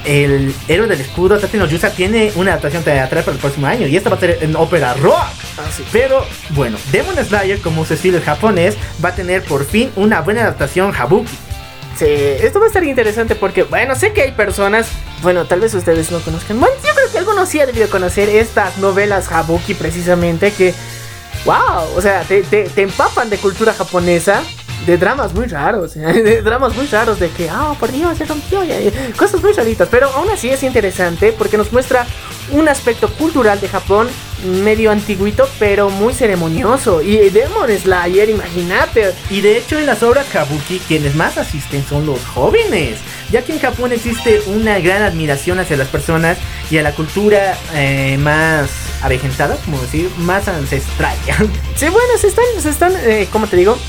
el héroe del escudo, Tateno Yusa, tiene una adaptación teatral para el próximo año. Y esta va a ser en ópera rock. Sí. Pero bueno, Demon Slayer, como su estilo japonés, va a tener por fin una buena adaptación Habuki. Sí, esto va a estar interesante porque, bueno, sé que hay personas, bueno, tal vez ustedes no conozcan. Bueno, yo creo que algunos sí han debido conocer estas novelas Habuki precisamente que, wow, o sea, te empapan de cultura japonesa. De dramas muy raros, de que, por Dios, se rompió, cosas muy raritas, pero aún así es interesante porque nos muestra un aspecto cultural de Japón medio antiguito, pero muy ceremonioso. Y Demon Slayer, imagínate. Y de hecho en las obras Kabuki quienes más asisten son los jóvenes, ya que en Japón existe una gran admiración hacia las personas y a la cultura más avejentada, como decir, más ancestral. Sí, bueno, se están ¿cómo te digo?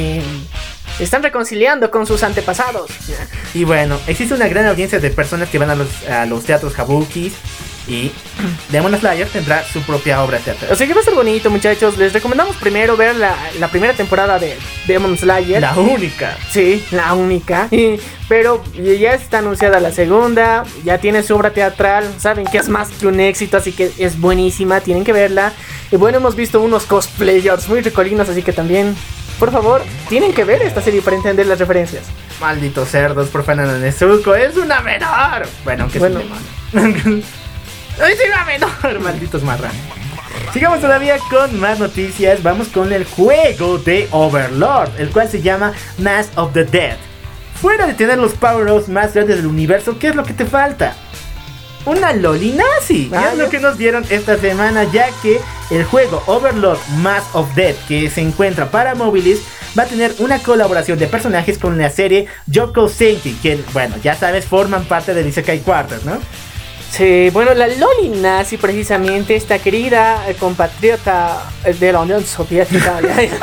Se están reconciliando con sus antepasados. Y bueno, existe una gran audiencia de personas que van a los teatros Kabukis. Y Demon Slayer tendrá su propia obra teatral. O sea que va a ser bonito, muchachos. Les recomendamos primero ver la primera temporada de Demon Slayer. La única. Sí, la única. Pero ya está anunciada la segunda. Ya tiene su obra teatral. Saben que es más que un éxito, así que es buenísima. Tienen que verla. Y bueno, hemos visto unos cosplayers muy ricolinos, así que también, por favor, tienen que ver esta serie para entender las referencias. Malditos cerdos profanan a Nezuko. Es una menor. Bueno, aunque es un demonio. ¡Es una menor! Malditos marranos. Sigamos todavía con más noticias. Vamos con el juego de Overlord, el cual se llama Mass of the Dead. Fuera de tener los power-ups más grandes del universo, ¿qué es lo que te falta? Una loli nazi. Y es lo que nos dieron esta semana, ya que el juego Overlord Mass of Dead, que se encuentra para móviles, va a tener una colaboración de personajes con la serie Yoko Senki, que, bueno, ya sabes, forman parte del Isekai Quarters, ¿no? Sí, bueno, la loli nazi, precisamente, esta querida compatriota de la Unión Soviética.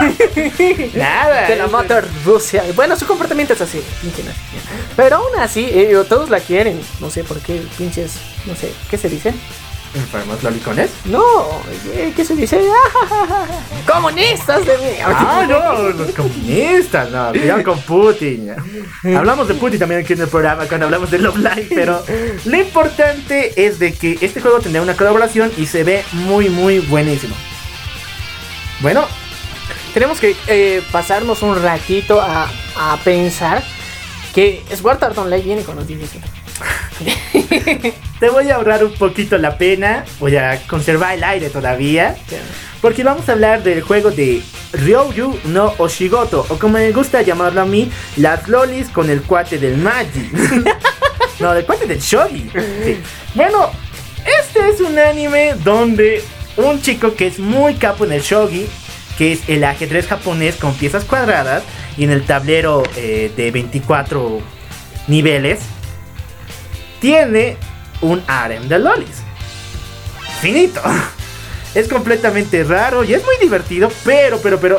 Nada. De la Mother Rusia. Bueno, su comportamiento es así. Pero aún así, todos la quieren. No sé por qué, pinches. No sé, ¿qué se dice? ¿Enfermos lolicones? No, ¿qué se dice? ¡Comunistas de mí! No, los comunistas, no, cuidado con Putin. Hablamos de Putin también aquí en el programa cuando hablamos de Love Live, pero lo importante es de que este juego tendrá una colaboración y se ve muy, muy buenísimo. Bueno, tenemos que pasarnos un ratito a pensar que Sword Art Online viene con los DLCs. Te voy a ahorrar un poquito la pena. Voy a conservar el aire todavía, porque vamos a hablar del juego de Ryoyu no Oshigoto, o como me gusta llamarlo a mí, las lolis con el cuate del Magi. No, del cuate del Shogi. Sí. Bueno, este es un anime donde un chico que es muy capo en el Shogi, que es el ajedrez japonés con piezas cuadradas, y en el tablero de 24 niveles, tiene un harem de lolis. Finito. Es completamente raro y es muy divertido, pero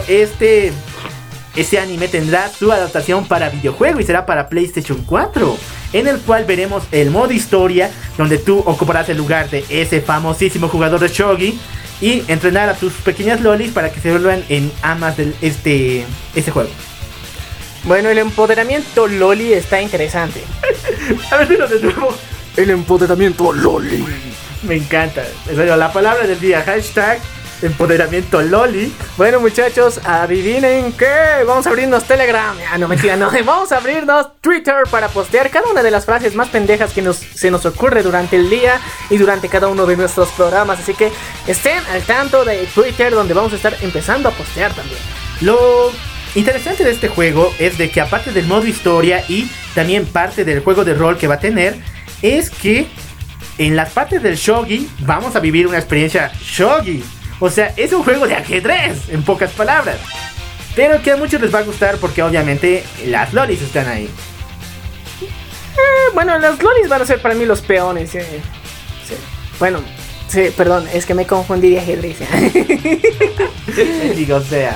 este anime tendrá su adaptación para videojuego y será para PlayStation 4, en el cual veremos el modo historia, donde tú ocuparás el lugar de ese famosísimo jugador de Shogi y entrenar a tus pequeñas lolis para que se vuelvan en amas de este juego. Bueno, el empoderamiento loli está interesante. A ver, dilo de nuevo. El empoderamiento loli. Me encanta. En serio, la palabra del día. Hashtag empoderamiento loli. Bueno, muchachos, adivinen qué. Vamos a abrirnos Telegram. No, mentira, no. Vamos a abrirnos Twitter para postear cada una de las frases más pendejas que se nos ocurre durante el día y durante cada uno de nuestros programas. Así que estén al tanto de Twitter, donde vamos a estar empezando a postear también. Lo interesante de este juego es de que, aparte del modo historia y también parte del juego de rol que va a tener, es que en las partes del Shogi vamos a vivir una experiencia Shogi. O sea, es un juego de ajedrez, en pocas palabras, pero que a muchos les va a gustar porque obviamente las lolis están ahí. Bueno, las lolis van a ser para mí los peones. Sí. Bueno, sí, perdón, es que me confundí de ajedrez. Digo, o sea.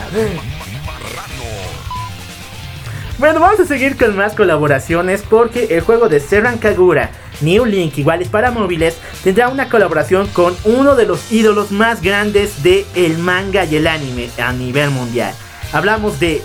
Bueno, vamos a seguir con más colaboraciones, porque el juego de Senran Kagura New Link, iguales para móviles, tendrá una colaboración con uno de los ídolos más grandes del manga y el anime a nivel mundial. Hablamos de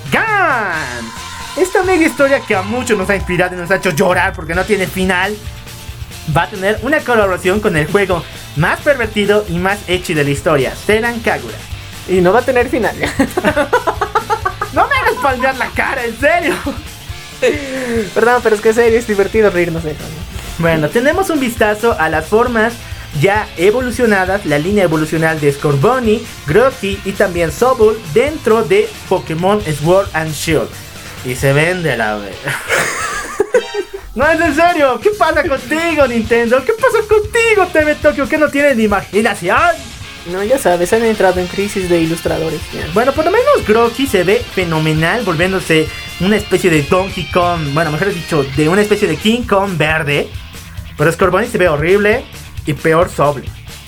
Gantz. Esta mega historia que a muchos nos ha inspirado y nos ha hecho llorar porque no tiene final, va a tener una colaboración con el juego más pervertido y más ecchi de la historia, Senran Kagura. Y no va a tener final. No me hagas palmear la cara, en serio. Perdón, pero es que serio, es divertido reírnos de eso, ¿no? Bueno, tenemos un vistazo a las formas ya evolucionadas, la línea evolucional de Scorbunny, Grookey y también Sobble dentro de Pokémon Sword and Shield. Y se vende la vez. No es en serio, ¿qué pasa contigo, Nintendo? ¿Qué pasa contigo, TV Tokyo? ¿Que no tienen imaginación? No, ya sabes, han entrado en crisis de ilustradores. Ya. Bueno, por lo menos Grookey se ve fenomenal, volviéndose una especie de Donkey Kong, bueno, mejor dicho, de una especie de King Kong verde. Pero Scorbunny se ve horrible y peor Sobble.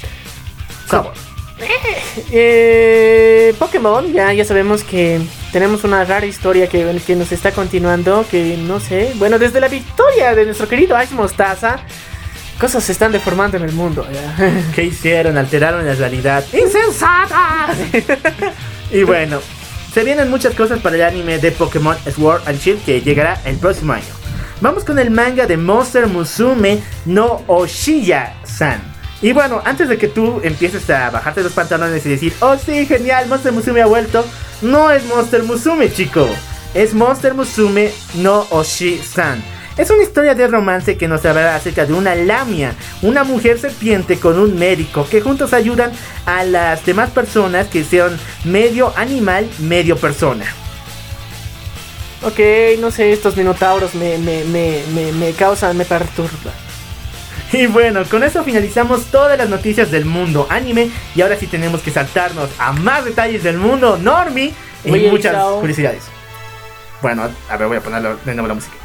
Pokémon, ya sabemos que tenemos una rara historia que nos está continuando, que no sé, bueno, desde la victoria de nuestro querido Ice Mostaza, cosas se están deformando en el mundo. ¿Ya? ¿Qué hicieron? Alteraron la realidad. ¡Insensata! Y bueno, se vienen muchas cosas para el anime de Pokémon Sword and Shield que llegará el próximo año. Vamos con el manga de Monster Musume no Oshiya-san. Y bueno, antes de que tú empieces a bajarte los pantalones y decir, oh sí, genial, Monster Musume ha vuelto, no es Monster Musume, chico. Es Monster Musume no Oshi-san. Es una historia de romance que nos hablará acerca de una Lamia, una mujer serpiente con un médico que juntos ayudan a las demás personas que sean medio animal, medio persona. Ok, no sé, estos minotauros me causan, me perturban. Y bueno, con eso finalizamos todas las noticias del mundo anime. Y ahora sí tenemos que saltarnos a más detalles del mundo normie y Oye, muchas chao. curiosidades. Bueno, a ver, voy a ponerlo de nuevo la música.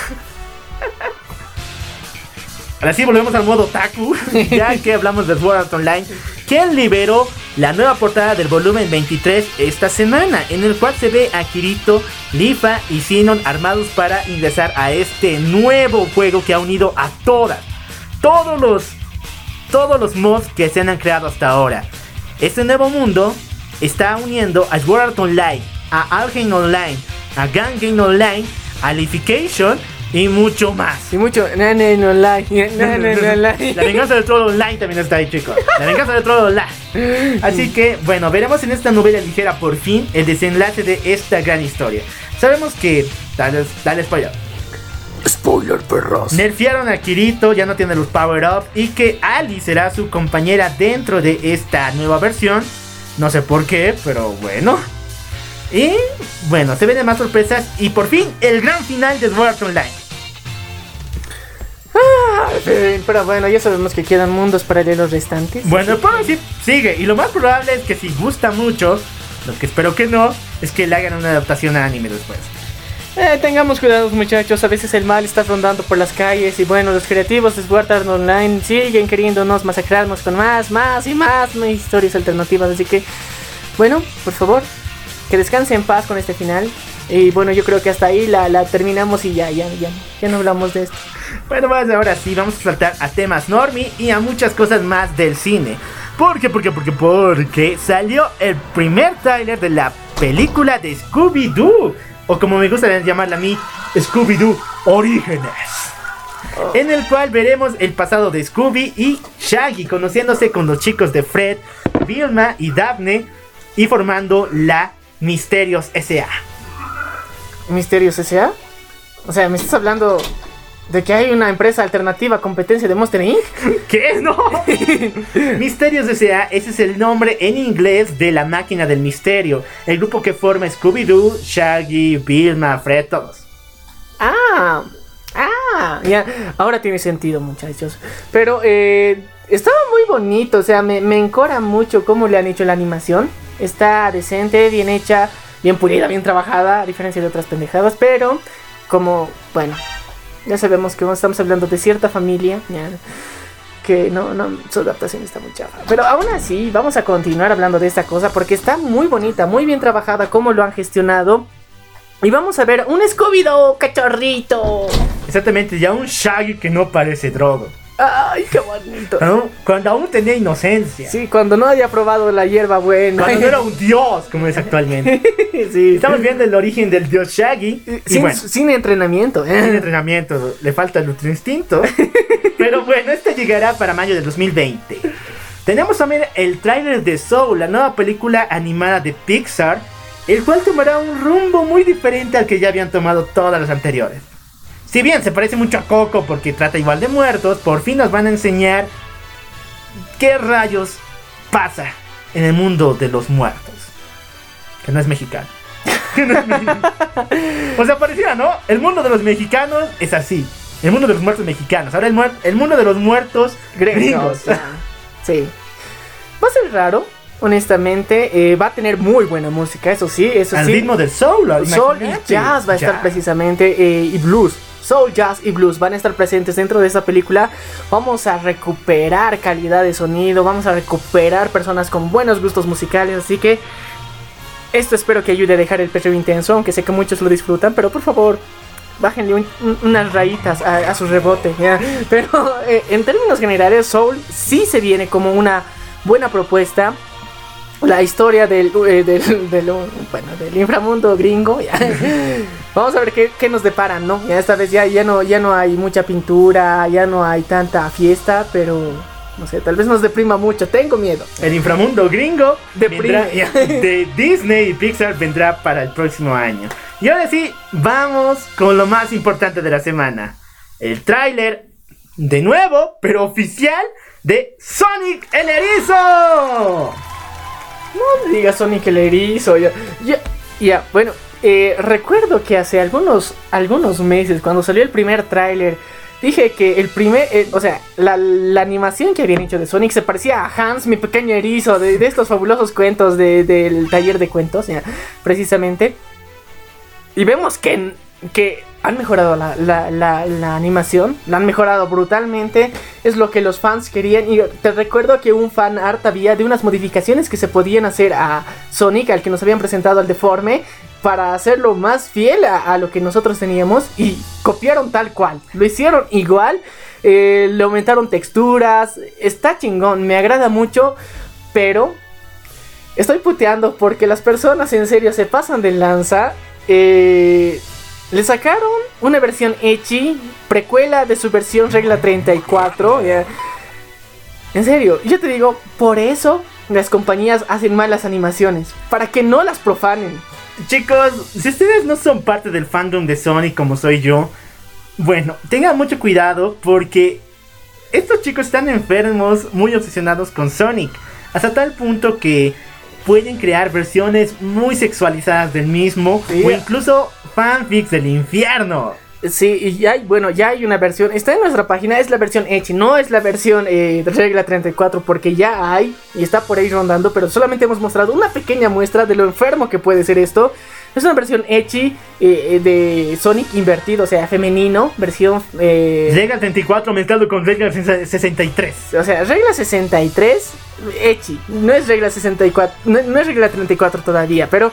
Ahora sí volvemos al modo otaku, ya que hablamos de Sword Art Online, quien liberó la nueva portada del volumen 23 esta semana, en el cual se ve a Kirito, Lifa y Sinon armados para ingresar a este nuevo juego que ha unido a todos los mods que se han creado hasta ahora. Este nuevo mundo está uniendo a Sword Art Online, a Algame Online, a Gun Game Online, a Lification y mucho más. Y mucho, no like, La venganza del troll online también está ahí, chicos. La venganza del troll online. Así que, bueno, veremos en esta novela ligera por fin el desenlace de esta gran historia. Sabemos que, dale spoiler. Spoiler, perros. Nerfearon a Kirito, ya no tiene los power-ups. Y que Ali será su compañera dentro de esta nueva versión. No sé por qué, pero bueno. Y bueno, se vienen más sorpresas. Y por fin, el gran final de Sword Art Online. Pero bueno, ya sabemos que quedan mundos paralelos restantes. Bueno, el problema sí sigue. Y lo más probable es que si gusta mucho, lo que espero que no, es que le hagan una adaptación a anime después. Tengamos cuidado, muchachos, a veces el mal está rondando por las calles. Y bueno, los creativos de Sword Art Online siguen queriéndonos masacrarnos con más historias alternativas. Así que, bueno, por favor, que descanse en paz con este final. Y bueno, yo creo que hasta ahí la terminamos y ya no hablamos de esto. Bueno, pues ahora sí, vamos a saltar a temas normie y a muchas cosas más del cine. Porque salió el primer tráiler de la película de Scooby-Doo, o como me gusta llamarla a mí, Scooby-Doo Orígenes, en el cual veremos el pasado de Scooby y Shaggy conociéndose con los chicos de Fred, Vilma y Daphne y formando la Misterios S.A. ¿Misterios S.A.? O sea, ¿me estás hablando de que hay una empresa alternativa competencia de Monster Inc? ¿Qué? No. Misterios S.A. Ese es el nombre en inglés de la máquina del misterio. El grupo que forma Scooby-Doo, Shaggy, Vilma, Fred, todos. Ya, ahora tiene sentido, muchachos. Pero estaba muy bonito, o sea, me encora mucho cómo le han hecho la animación. Está decente, bien hecha, bien pulida, bien trabajada, a diferencia de otras pendejadas. Pero, como, bueno, ya sabemos que estamos hablando de cierta familia, ya, que no, su adaptación está muy chafa. Pero aún así, vamos a continuar hablando de esta cosa porque está muy bonita, muy bien trabajada, cómo lo han gestionado. Y vamos a ver un Scooby-Doo cachorrito. Exactamente, ya un Shaggy que no parece drogo. Ay, qué bonito. ¿No? Cuando aún tenía inocencia. Sí, cuando no había probado la hierba buena. Cuando no era un dios, como es actualmente. Sí. Estamos viendo el origen del dios Shaggy. Sin entrenamiento. Sin entrenamiento. Le falta el ultra instinto. Pero bueno, este llegará para mayo del 2020. Tenemos también el tráiler de Soul, la nueva película animada de Pixar, el cual tomará un rumbo muy diferente al que ya habían tomado todas las anteriores. Si bien se parece mucho a Coco porque trata igual de muertos, por fin nos van a enseñar qué rayos pasa en el mundo de los muertos. Que no es mexicano. O sea, parecía, ¿no? El mundo de los mexicanos es así. El mundo de los muertos mexicanos. Ahora el mundo de los muertos gringos. Sí. Va a ser raro, honestamente. Va a tener muy buena música, eso sí. Al ritmo del soul. Soul y jazz va a estar precisamente. Y blues. Soul, jazz y blues van a estar presentes dentro de esta película. Vamos a recuperar calidad de sonido. Vamos a recuperar personas con buenos gustos musicales. Así que esto espero que ayude a dejar el perreo intenso. Aunque sé que muchos lo disfrutan. Pero por favor, bájenle unas rayitas a su rebote, ¿ya? Pero en términos generales, Soul sí se viene como una buena propuesta. La historia del inframundo gringo, ¿ya? Vamos a ver qué nos deparan, ¿no? Ya esta vez ya no hay mucha pintura, ya no hay tanta fiesta, pero no sé, tal vez nos deprima mucho, tengo miedo. El inframundo gringo de Disney y Pixar vendrá para el próximo año. Y ahora sí, vamos con lo más importante de la semana. El tráiler, de nuevo, pero oficial, de Sonic el Erizo. No me digas Sonic el Erizo. Ya, bueno, recuerdo que hace algunos meses, cuando salió el primer tráiler, dije que el primer, la animación que habían hecho de Sonic se parecía a Hans, mi pequeño erizo, de estos fabulosos cuentos del taller de cuentos, ya, precisamente. Y vemos que han mejorado la animación, la han mejorado brutalmente, es lo que los fans querían. Y te recuerdo que un fan art había de unas modificaciones que se podían hacer a Sonic, al que nos habían presentado al deforme, para hacerlo más fiel a lo que nosotros teníamos, y copiaron tal cual, lo hicieron igual, le aumentaron texturas, está chingón, me agrada mucho, pero estoy puteando porque las personas en serio se pasan de lanza. Le sacaron una versión ecchi, precuela de su versión regla 34. En serio, yo te digo, por eso las compañías hacen malas animaciones, para que no las profanen. Chicos, si ustedes no son parte del fandom de Sonic como soy yo, bueno, tengan mucho cuidado porque estos chicos están enfermos, muy obsesionados con Sonic, hasta tal punto que pueden crear versiones muy sexualizadas del mismo, sí, o incluso fanfics del infierno. Sí, y ya hay una versión, está en nuestra página, es la versión ecchi, no es la versión de regla 34, porque ya hay y está por ahí rondando, pero solamente hemos mostrado una pequeña muestra de lo enfermo que puede ser esto. Es una versión ecchi de Sonic invertido, o sea, femenino, versión... regla 34 mezclado con regla 63. O sea, regla 63, ecchi, no es regla 64, no es regla 34 todavía, pero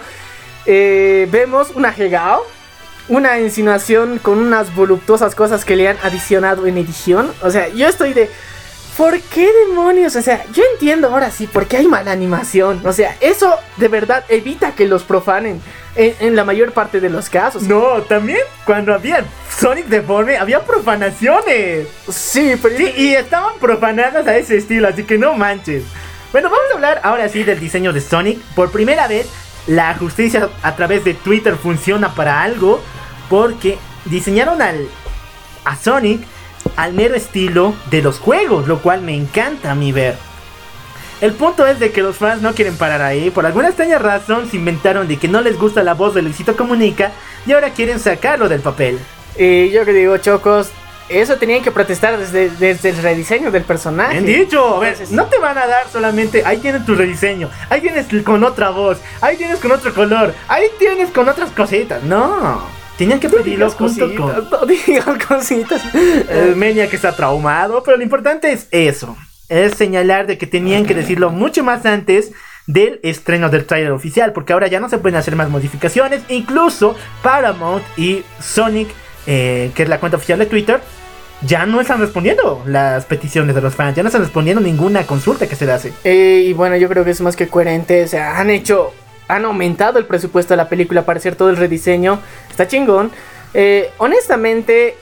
vemos una Hegao, una insinuación con unas voluptuosas cosas que le han adicionado en edición. O sea, yo estoy de... ¿por qué demonios? O sea, yo entiendo ahora sí por qué hay mala animación. O sea, eso de verdad evita que los profanen en la mayor parte de los casos. No, también cuando había Sonic deforme había profanaciones. Sí, pero... sí, y estaban profanadas a ese estilo, así que no manches. Bueno, vamos a hablar ahora sí del diseño de Sonic. Por primera vez, la justicia a través de Twitter funciona para algo, porque diseñaron a Sonic al mero estilo de los juegos, lo cual me encanta a mí ver. El punto es de que los fans no quieren parar ahí. Por alguna extraña razón se inventaron de que no les gusta la voz de Luisito Comunica y ahora quieren sacarlo del papel. Yo que digo, chocos, eso tenían que protestar desde el rediseño del personaje. Bien dicho, a ver, no te van a dar solamente, ahí tienes tu rediseño, ahí tienes con otra voz, ahí tienes con otro color, ahí tienes con otras cositas. No, tenían que pedirlo junto con... No digas cositas. Menia que está traumado, pero lo importante es eso. Es señalar de que tenían que decirlo mucho más antes del estreno del trailer oficial, porque ahora ya no se pueden hacer más modificaciones. Incluso Paramount y Sonic, que es la cuenta oficial de Twitter, ya no están respondiendo las peticiones de los fans, ya no están respondiendo ninguna consulta que se le hace. Y bueno, yo creo que es más que coherente. O sea, han aumentado el presupuesto de la película para hacer todo el rediseño. Está chingón. Honestamente,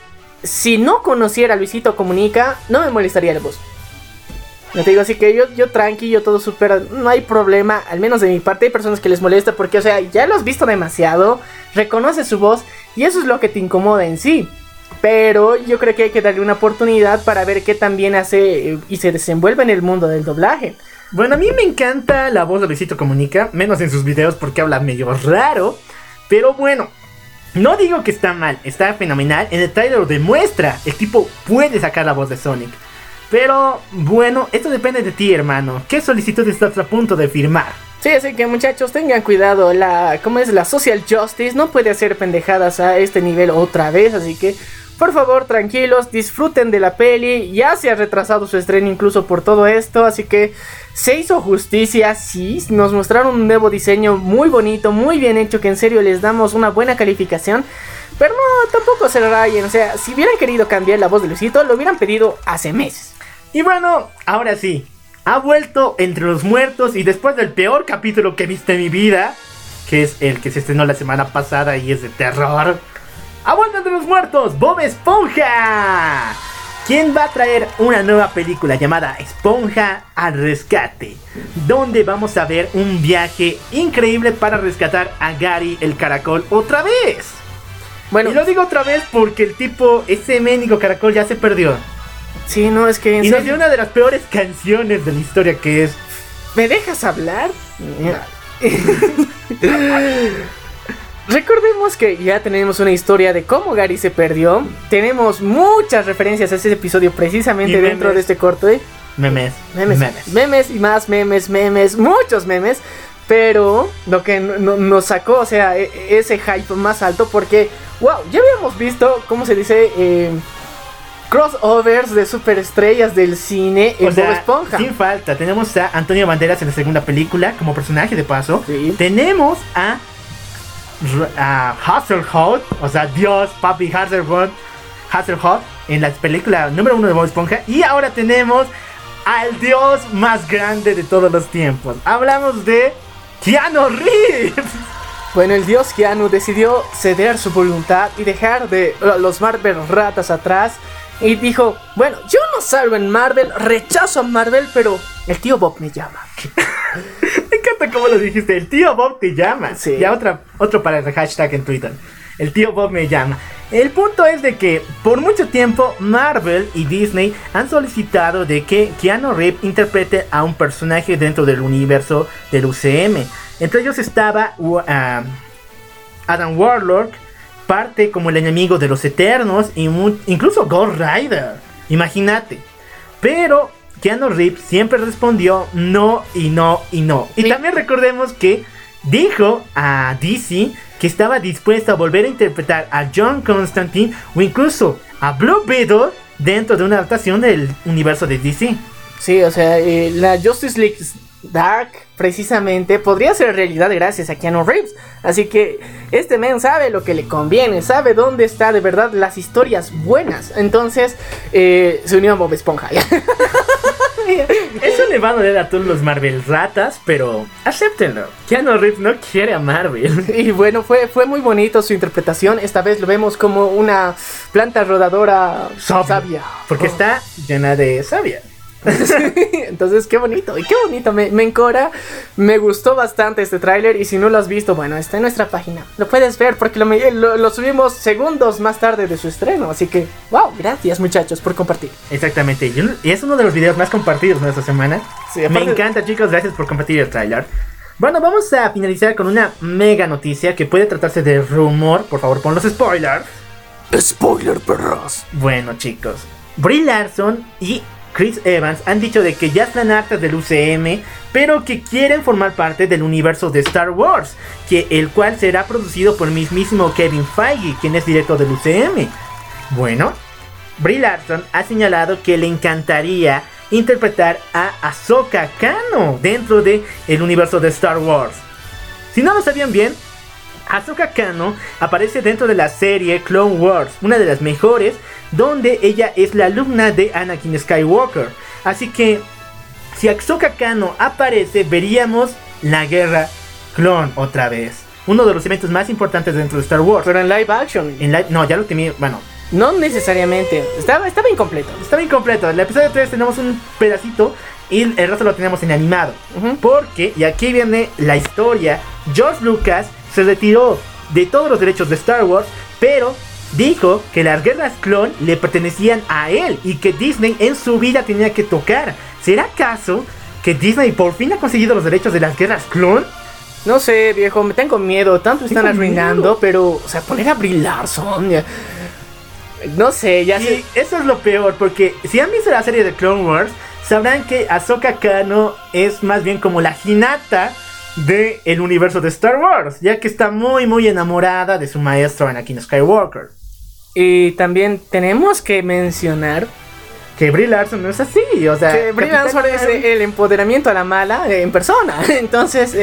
si no conociera a Luisito Comunica, no me molestaría la voz. No te digo, así que yo tranqui, yo todo súper, no hay problema, al menos de mi parte. Hay personas que les molesta porque, o sea, ya lo has visto demasiado, reconoces su voz y eso es lo que te incomoda en sí. Pero yo creo que hay que darle una oportunidad para ver qué tan bien hace y se desenvuelve en el mundo del doblaje. Bueno, a mí me encanta la voz de Luisito Comunica, menos en sus videos porque habla medio raro. Pero bueno, no digo que está mal, está fenomenal. En el trailer lo demuestra, el tipo puede sacar la voz de Sonic. Pero bueno, esto depende de ti, hermano. ¿Qué solicitud estás a punto de firmar? Sí, así que muchachos, tengan cuidado. ¿Cómo es? La social justice no puede hacer pendejadas a este nivel otra vez. Así que, por favor, tranquilos, disfruten de la peli. Ya se ha retrasado su estreno incluso por todo esto. Así que se hizo justicia, sí. Nos mostraron un nuevo diseño muy bonito, muy bien hecho, que en serio les damos una buena calificación. Pero no, tampoco se rayen. O sea, si hubieran querido cambiar la voz de Luisito, lo hubieran pedido hace meses. Y bueno, ahora sí, ha vuelto entre los muertos y después del peor capítulo que he visto en mi vida, que es el que se estrenó la semana pasada y es de terror. ¡Ha vuelto entre los muertos! ¡Bob Esponja! ¿Quién va a traer una nueva película llamada Esponja al Rescate? Donde vamos a ver un viaje increíble para rescatar a Gary el caracol otra vez. Bueno, y lo digo otra vez porque el tipo, ese mendigo caracol ya se perdió. Sí, no, es que... Y nos dio una de las peores canciones de la historia que es... ¿Me dejas hablar? Recordemos que ya tenemos una historia de cómo Gary se perdió. Tenemos muchas referencias a ese episodio precisamente dentro de este corto. Memes y más memes, muchos memes. Pero lo que nos sacó, o sea, ese hype más alto porque, wow, ya habíamos visto, ¿cómo se dice? Crossovers de superestrellas del cine en Bob Esponja. Sin falta, tenemos a Antonio Banderas en la segunda película como personaje de paso. Sí. Tenemos a Hasselhoff, o sea, Dios, Papi Hasselhoff en la película número 1 de Bob Esponja. Y ahora tenemos al Dios más grande de todos los tiempos. Hablamos de Keanu Reeves. Bueno, el Dios Keanu decidió ceder su voluntad y dejar de los Marvel ratas atrás. Y dijo, bueno, yo no salgo en Marvel, rechazo a Marvel, pero el tío Bob me llama. Me encanta cómo lo dijiste, el tío Bob te llama. Sí. Ya otro para el hashtag en Twitter. El tío Bob me llama. El punto es de que por mucho tiempo Marvel y Disney han solicitado de que Keanu Reeves interprete a un personaje dentro del universo del UCM. Entre ellos estaba Adam Warlock, parte como el enemigo de los Eternos, y incluso Ghost Rider, imagínate. Pero Keanu Reeves siempre respondió no y no y no. Y también recordemos que dijo a DC que estaba dispuesto a volver a interpretar a John Constantine o incluso a Blue Beetle dentro de una adaptación del universo de DC. Sí, o sea, la Justice League Dark precisamente podría ser realidad gracias a Keanu Reeves. Así que este men sabe lo que le conviene, sabe dónde está de verdad las historias buenas. Entonces se unió a Bob Esponja. Eso le va a doler a todos los Marvel ratas, pero acéptenlo. Keanu Reeves no quiere a Marvel. Y bueno, fue muy bonito su interpretación. Esta vez lo vemos como una planta rodadora sabia. Porque está llena de savia. Entonces qué bonito, me encora. Me gustó bastante este tráiler. Y si no lo has visto, bueno, está en nuestra página, lo puedes ver porque lo subimos segundos más tarde de su estreno. Así que, wow, gracias muchachos por compartir. Exactamente, y es uno de los videos más compartidos de esta semana. Sí, me encanta, chicos, gracias por compartir el tráiler. Bueno, vamos a finalizar con una mega noticia que puede tratarse de rumor. Por favor, pon los spoilers. Spoiler, perros. Bueno, chicos, Brie Larson y Chris Evans han dicho de que ya están hartas del UCM, pero que quieren formar parte del universo de Star Wars, el cual será producido por el mismísimo Kevin Feige, quien es director del UCM. Bueno, Brie Larson ha señalado que le encantaría interpretar a Ahsoka Tano dentro del universo de Star Wars. Si no lo sabían bien, Ahsoka Tano aparece dentro de la serie Clone Wars, una de las mejores, donde ella es la alumna de Anakin Skywalker. Así que si Ahsoka Tano aparece, veríamos la guerra clon otra vez. Uno de los eventos más importantes dentro de Star Wars. Pero en live action. No, ya lo tenía. Bueno, No necesariamente. Estaba incompleto. Estaba incompleto. En el episodio 3 tenemos un pedacito y el resto lo tenemos en animado. Porque, y aquí viene la historia, George Lucas se retiró de todos los derechos de Star Wars, pero dijo que las guerras clon le pertenecían a él y que Disney en su vida tenía que tocar. ¿Será acaso que Disney por fin ha conseguido los derechos de las guerras clon? No sé, viejo, me tengo miedo. Tanto están arruinando, miedo. pero, o sea, poner a Brie Larson, ya. No sé, ya sé. Y eso es lo peor, porque si han visto la serie de Clone Wars, sabrán que Ahsoka Tano es más bien como la Hinata del universo de Star Wars, ya que está muy muy enamorada de su maestro Anakin Skywalker. Y también tenemos que mencionar Que Brie Larson no es así, o sea, que Brie Capitán Larson es Marvel- el empoderamiento a la mala en persona. Entonces,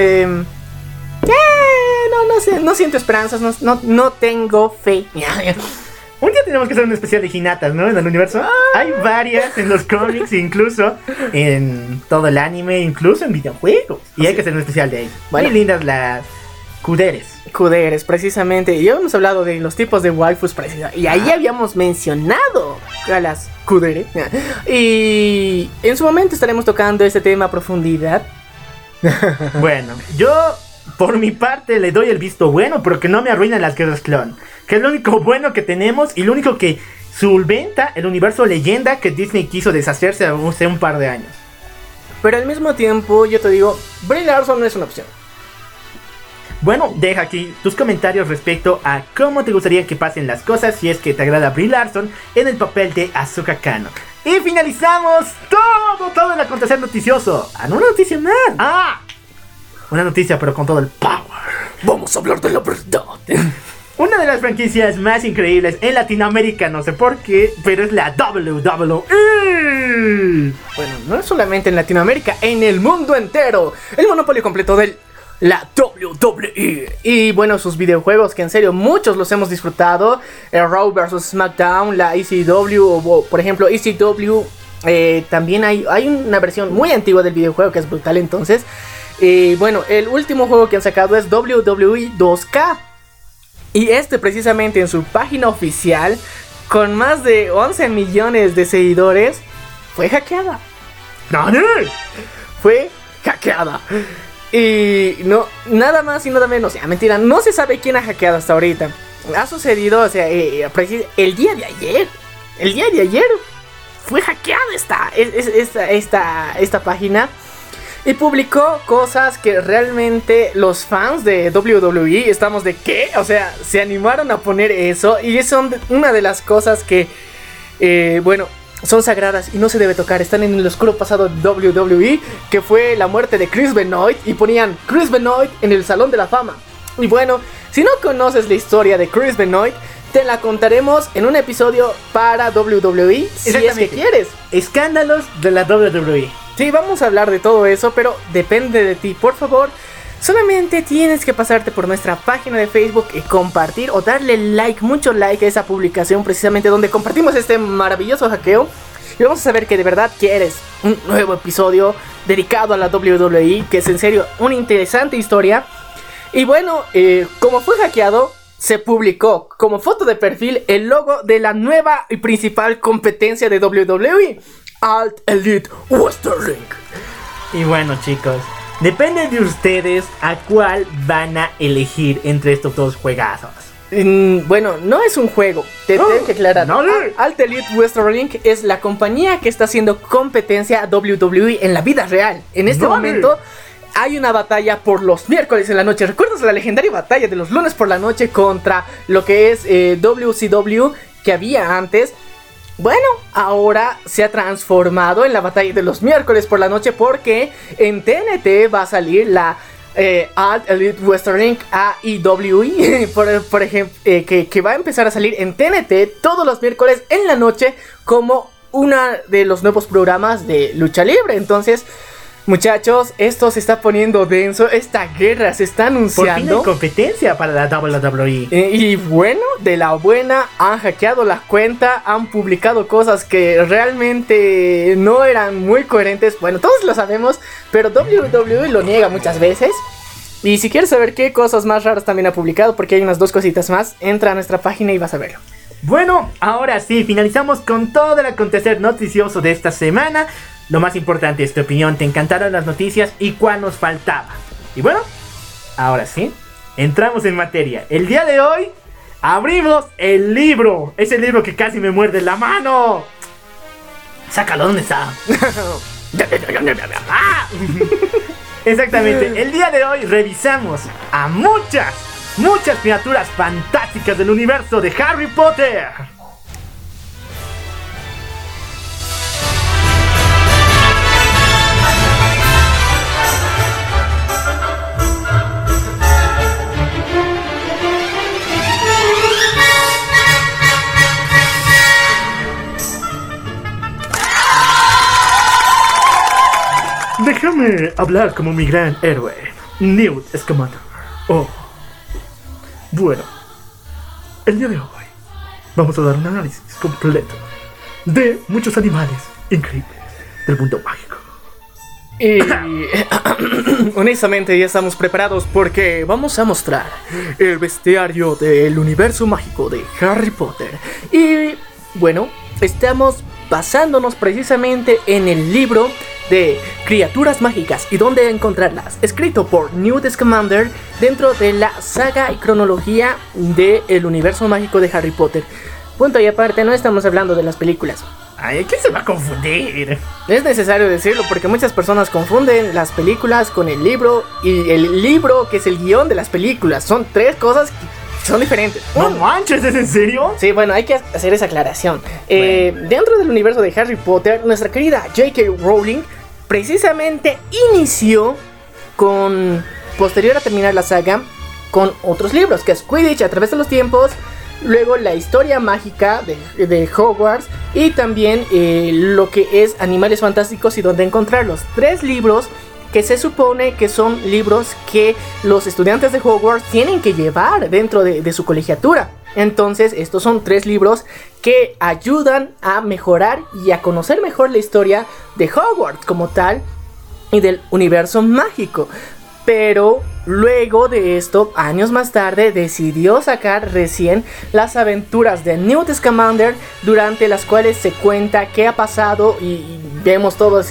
no sé, no siento esperanzas, no tengo fe. Un día tenemos que hacer un especial de Hinatas, ¿no? En el universo. Hay varias en los cómics, incluso en todo el anime, incluso en videojuegos. Y hay que hacer un especial de ellos. Bueno. Muy lindas las Kuderes. Kuderes, precisamente. Y hemos hablado de los tipos de waifus parecidos. Y ahí habíamos mencionado a las Kudere. Y en su momento estaremos tocando este tema a profundidad. Bueno, yo por mi parte le doy el visto bueno, pero que no me arruinen las guerras clon. Que es lo único bueno que tenemos y lo único que solventa el universo leyenda que Disney quiso deshacerse hace un par de años. Pero al mismo tiempo, yo te digo, Brie Larson no es una opción. Bueno, deja aquí tus comentarios respecto a cómo te gustaría que pasen las cosas si es que te agrada Brie Larson en el papel de Ahsoka Tano. Y finalizamos todo el acontecer noticioso. Ah, no una noticia más. Ah, una noticia pero con todo el power. Vamos a hablar de la verdad. Una de las franquicias más increíbles en Latinoamérica, no sé por qué, pero es la WWE. Bueno, no es solamente en Latinoamérica, en el mundo entero. El monopolio completo de la WWE. Y bueno, sus videojuegos, que en serio muchos los hemos disfrutado. Raw vs SmackDown, la ECW, o por ejemplo ECW. También hay una versión muy antigua del videojuego que es brutal entonces. Bueno, el último juego que han sacado es WWE 2K. Y este precisamente en su página oficial, con más de 11 millones de seguidores, fue hackeada. ¡Nani! Fue hackeada. Y no, nada más y nada menos. Mentira, no se sabe quién ha hackeado hasta ahorita. Ha sucedido, o sea, el día de ayer. El día de ayer fue hackeada esta página. Y publicó cosas que realmente los fans de WWE estamos de ¿qué? O sea, se animaron a poner eso. Y son una de las cosas que, bueno, son sagradas y no se debe tocar. Están en el oscuro pasado de WWE, que fue la muerte de Chris Benoit. Y ponían Chris Benoit en el Salón de la Fama. Y bueno, si no conoces la historia de Chris Benoit, te la contaremos en un episodio para WWE, si es que quieres. Escándalos de la WWE. Sí, vamos a hablar de todo eso, pero depende de ti, por favor. Solamente tienes que pasarte por nuestra página de Facebook y compartir o darle like, mucho like a esa publicación precisamente donde compartimos este maravilloso hackeo. Y vamos a saber que de verdad quieres un nuevo episodio dedicado a la WWE, que es en serio una interesante historia. Y bueno, como fue hackeado, se publicó como foto de perfil el logo de la nueva y principal competencia de WWE, All Elite Wrestling. Y bueno, chicos, depende de ustedes a cuál van a elegir entre estos dos juegazos. Bueno, no es un juego, tengo que aclarar. No, All Elite Wrestling es la compañía que está haciendo competencia a WWE en la vida real. En este momento hay una batalla por los miércoles en la noche. ¿Recuerdas la legendaria batalla de los lunes por la noche contra lo que es WCW que había antes? Bueno, ahora se ha transformado en la batalla de los miércoles por la noche, porque en TNT va a salir la All Elite Wrestling AEW, por ejemplo, que va a empezar a salir en TNT todos los miércoles en la noche como uno de los nuevos programas de lucha libre. Entonces, muchachos, esto se está poniendo denso. Esta guerra se está anunciando. Por fin hay competencia para la WWE. Y bueno, de la buena, han hackeado la cuenta, han publicado cosas que realmente no eran muy coherentes. Bueno, todos lo sabemos, pero WWE lo niega muchas veces. Y si quieres saber qué cosas más raras también ha publicado, porque hay unas dos cositas más, entra a nuestra página y vas a verlo. Bueno, ahora sí, finalizamos con todo el acontecer noticioso de esta semana. Lo más importante es tu opinión, ¿te encantaron las noticias y cuál nos faltaba? Y bueno, ahora sí, entramos en materia. El día de hoy abrimos el libro, ese libro que casi me muerde la mano. Sácalo, ¿dónde está? ¡Ah! Exactamente, el día de hoy revisamos a muchas criaturas fantásticas del universo de Harry Potter. Déjame hablar como mi gran héroe, Newt Scamander. Oh. Bueno, el día de hoy vamos a dar un análisis completo de muchos animales increíbles del mundo mágico. Y honestamente ya estamos preparados porque vamos a mostrar el bestiario del universo mágico de Harry Potter. Y bueno, estamos basándonos precisamente en el libro de Criaturas Mágicas y dónde encontrarlas, escrito por Newt Scamander dentro de la saga y cronología del universo mágico de Harry Potter. Punto y aparte, no estamos hablando de las películas. Ay, ¿quién se va a confundir? Es necesario decirlo porque muchas personas confunden las películas con el libro y el libro que es el guión de las películas. Son tres cosas que son diferentes. No manches, ¿es en serio? Sí, bueno, hay que hacer esa aclaración. Dentro del universo de Harry Potter, nuestra querida J.K. Rowling precisamente inició con, posterior a terminar la saga, con otros libros, que es Quidditch a través de los tiempos, luego la historia mágica de Hogwarts y también lo que es Animales Fantásticos y dónde encontrarlos. 3 libros que se supone que son libros que los estudiantes de Hogwarts tienen que llevar dentro de su colegiatura. Entonces estos son 3 libros que ayudan a mejorar y a conocer mejor la historia de Hogwarts como tal y del universo mágico. Pero luego de esto, años más tarde, decidió sacar recién las aventuras de Newt Scamander, durante las cuales se cuenta qué ha pasado y vemos todo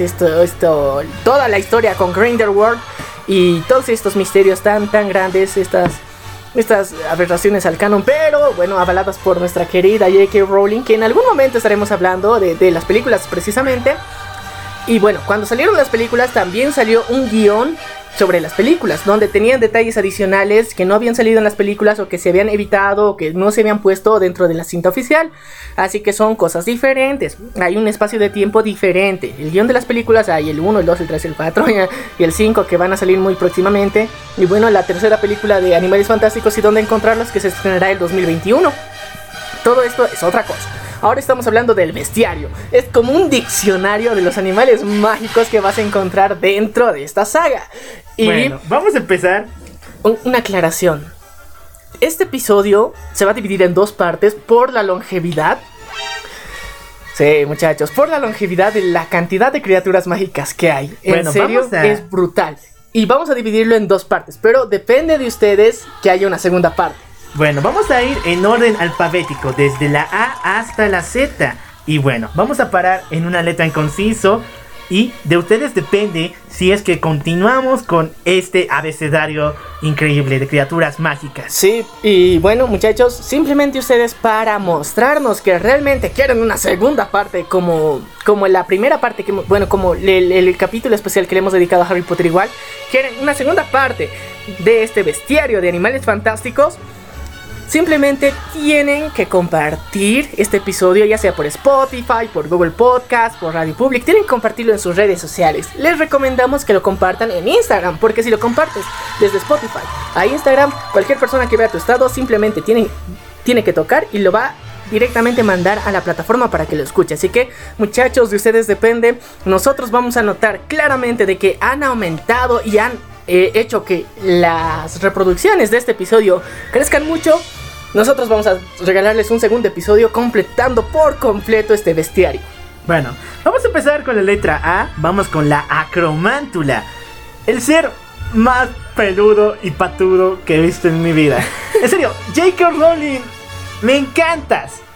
toda la historia con Grindelwald y todos estos misterios tan grandes, estas aberraciones al canon, pero bueno, avaladas por nuestra querida J.K. Rowling, que en algún momento estaremos hablando de las películas precisamente. Y bueno, cuando salieron las películas también salió un guión sobre las películas, donde tenían detalles adicionales que no habían salido en las películas o que se habían evitado o que no se habían puesto dentro de la cinta oficial. Así que son cosas diferentes, hay un espacio de tiempo diferente. El guión de las películas hay el 1, el 2, el 3, el 4 y el 5 que van a salir muy próximamente. Y bueno, la tercera película de Animales Fantásticos y dónde encontrarlos, que se estrenará el 2021. Todo esto es otra cosa. Ahora estamos hablando del bestiario. Es como un diccionario de los animales mágicos que vas a encontrar dentro de esta saga. Y bueno, vamos a empezar. Una aclaración. Este episodio se va a dividir en 2 partes por la longevidad. Sí, muchachos, por la longevidad de la cantidad de criaturas mágicas que hay. En serio, es brutal. Y vamos a dividirlo en 2 partes, pero depende de ustedes que haya una segunda parte. Bueno, vamos a ir en orden alfabético, desde la A hasta la Z. Y bueno, vamos a parar en una letra en conciso. Y de ustedes depende si es que continuamos con este abecedario increíble de criaturas mágicas. Sí, y bueno, muchachos, simplemente ustedes, para mostrarnos que realmente quieren una segunda parte, como la primera parte, como el capítulo especial que le hemos dedicado a Harry Potter igual, quieren una segunda parte de este bestiario de animales fantásticos. Simplemente tienen que compartir este episodio, ya sea por Spotify, por Google Podcast, por Radio Public. Tienen que compartirlo en sus redes sociales. Les recomendamos que lo compartan en Instagram, porque si lo compartes desde Spotify a Instagram, cualquier persona que vea tu estado simplemente tiene que tocar y lo va directamente mandar a la plataforma para que lo escuche. Así que, muchachos, de ustedes depende. Nosotros vamos a notar claramente de que han aumentado y han hecho que las reproducciones de este episodio crezcan mucho. Nosotros vamos a regalarles un segundo episodio completando por completo este bestiario. Bueno, vamos a empezar con la letra A. Vamos con la Acromántula, el ser más peludo y patudo que he visto en mi vida. En serio, J.K. Rowling, me encantas.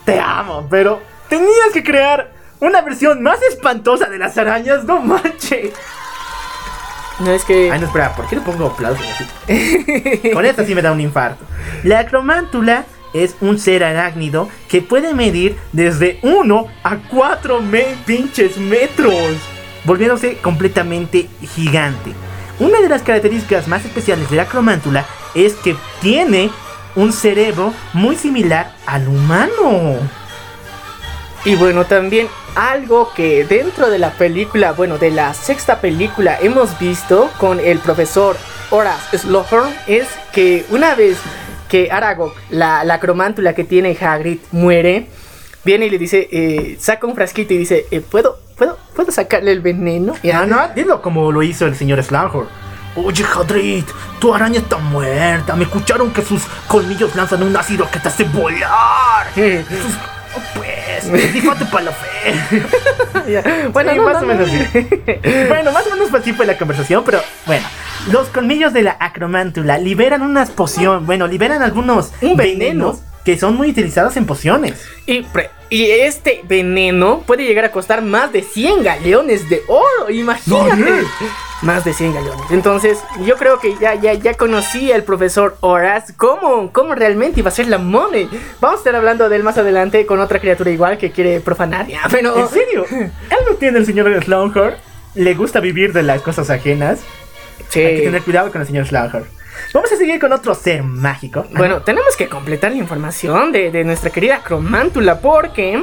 te amo, pero tenías que crear una versión más espantosa de las arañas, no manches. No es que... Ay, no, espera, ¿por qué le pongo aplausos así? Con esta sí me da un infarto. La acromántula es un ser arácnido que puede medir desde 1 a 4 pinches metros, volviéndose completamente gigante. Una de las características más especiales de la acromántula es que tiene un cerebro muy similar al humano. Y bueno, también algo que dentro de la película, bueno, de la sexta película hemos visto con el profesor Horace Slughorn, es que una vez que Aragog, la acromántula que tiene Hagrid, muere, viene y le dice, saca un frasquito y dice, ¿puedo sacarle el veneno? Y no, dilo como lo hizo el señor Slughorn. Oye, Hagrid, tu araña está muerta. Me escucharon que sus colmillos lanzan un ácido que te hace volar. Pues, dífate para la fe. Bueno, sí, no, más o menos sí. Bueno, más o menos así fue la conversación, pero bueno. Los colmillos de la acromántula liberan unas pociones, liberan algunos venenos que son muy utilizados en pociones. Y este veneno puede llegar a costar más de 100 galeones de oro, imagínate. No, más de 100 galones. Entonces, yo creo que ya conocí al profesor Horace cómo realmente iba a ser la money. Vamos a estar hablando de él más adelante con otra criatura igual que quiere profanar. Pero... ¿En serio? Algo tiene el señor Slughorn. Le gusta vivir de las cosas ajenas. Sí. Hay que tener cuidado con el señor Slughorn. Vamos a seguir con otro ser mágico. Bueno, tenemos que completar la información de nuestra querida acromántula porque...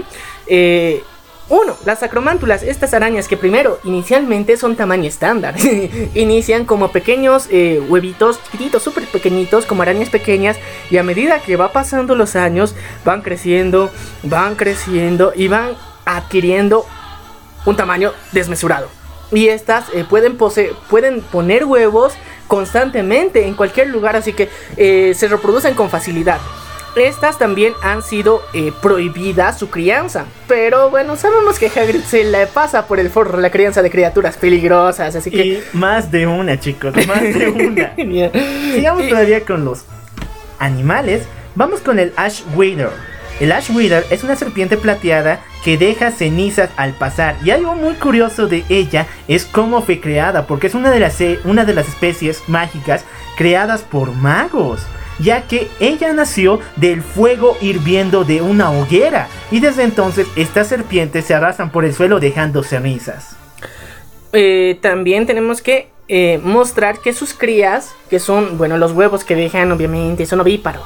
las acromántulas, estas arañas que primero inicialmente son tamaño estándar. Inician como pequeños huevitos chiquititos, súper pequeñitos, como arañas pequeñas. Y a medida que va pasando los años, van creciendo y van adquiriendo un tamaño desmesurado. Y estas pueden poner huevos constantemente en cualquier lugar, así que se reproducen con facilidad. Estas también han sido prohibidas su crianza. Pero bueno, sabemos que Hagrid se la pasa por el forro la crianza de criaturas peligrosas, así que... Y más de una, chicos, más de una. Sigamos todavía con los animales. Vamos con el Ashweeder. El Ashweeder es una serpiente plateada que deja cenizas al pasar. Y algo muy curioso de ella es cómo fue creada, porque es una de las especies mágicas creadas por magos, ya que ella nació del fuego hirviendo de una hoguera. Y desde entonces estas serpientes se arrasan por el suelo dejando cenizas. También tenemos que mostrar que sus crías, que son, bueno, los huevos que dejan obviamente son ovíparos.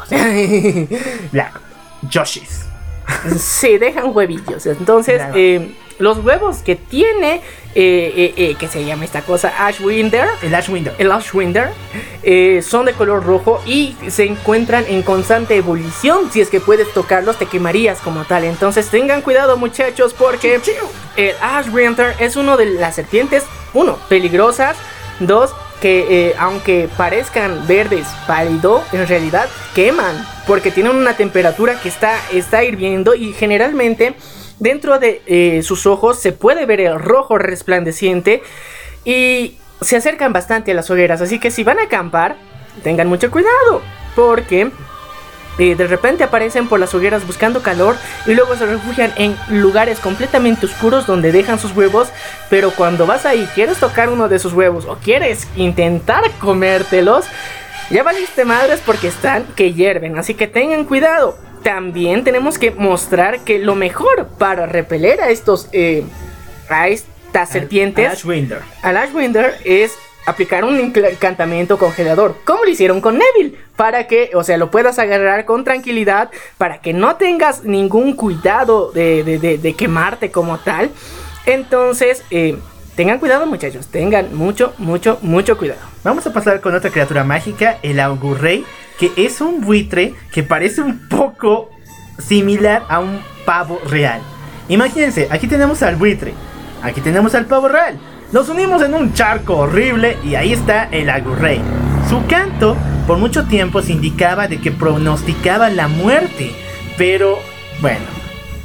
Yoshis. Sí, dejan huevillos. Entonces, los huevos que tiene, que se llama esta cosa, Ashwinder. El Ashwinder son de color rojo y se encuentran en constante ebullición. Si es que puedes tocarlos, te quemarías como tal. Entonces, tengan cuidado, muchachos, porque el Ashwinder es uno de las serpientes, peligrosas, que aunque parezcan verdes pálido, en realidad queman, porque tienen una temperatura que está hirviendo y generalmente dentro de sus ojos se puede ver el rojo resplandeciente y se acercan bastante a las hogueras. Así que si van a acampar, tengan mucho cuidado, porque de repente aparecen por las hogueras buscando calor y luego se refugian en lugares completamente oscuros donde dejan sus huevos. Pero cuando vas ahí, quieres tocar uno de sus huevos o quieres intentar comértelos, ya valiste madres porque están que hierven. Así que tengan cuidado. También tenemos que mostrar que lo mejor para repeler a estas serpientes, al Ashwinder, es aplicar un encantamiento congelador, como lo hicieron con Neville, para que, lo puedas agarrar con tranquilidad, para que no tengas ningún cuidado de quemarte como tal. Entonces, tengan cuidado, muchachos, tengan mucho cuidado. Vamos a pasar con otra criatura mágica, el Augurrey, que es un buitre que parece un poco similar a un pavo real. Imagínense, aquí tenemos al buitre, aquí tenemos al pavo real. Nos unimos en un charco horrible y ahí está el Augurrey. Su canto por mucho tiempo se indicaba de que pronosticaba la muerte. Pero bueno,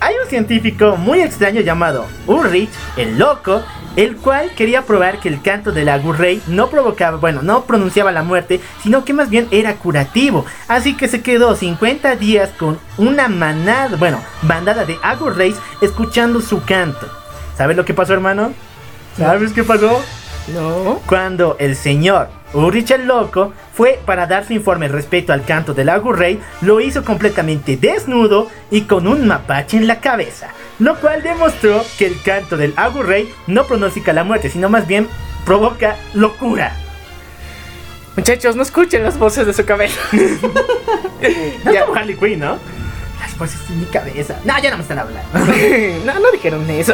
hay un científico muy extraño llamado Ulrich el Loco, el cual quería probar que el canto del Agurrey no no pronunciaba la muerte, sino que más bien era curativo. Así que se quedó 50 días con una bandada de Agurreys escuchando su canto. ¿Sabes lo que pasó, hermano? ¿Sabes qué pasó? No. Cuando el señor Ulrich el Loco fue para dar su informe respecto al canto del Agurrey, lo hizo completamente desnudo y con un mapache en la cabeza, lo cual demostró que el canto del Agurrey no pronostica la muerte, sino más bien provoca locura. Muchachos, no escuchen las voces de su cabeza. Ya como Harley Quinn, ¿no? Las voces en mi cabeza. No, ya no me están hablando. No dijeron eso.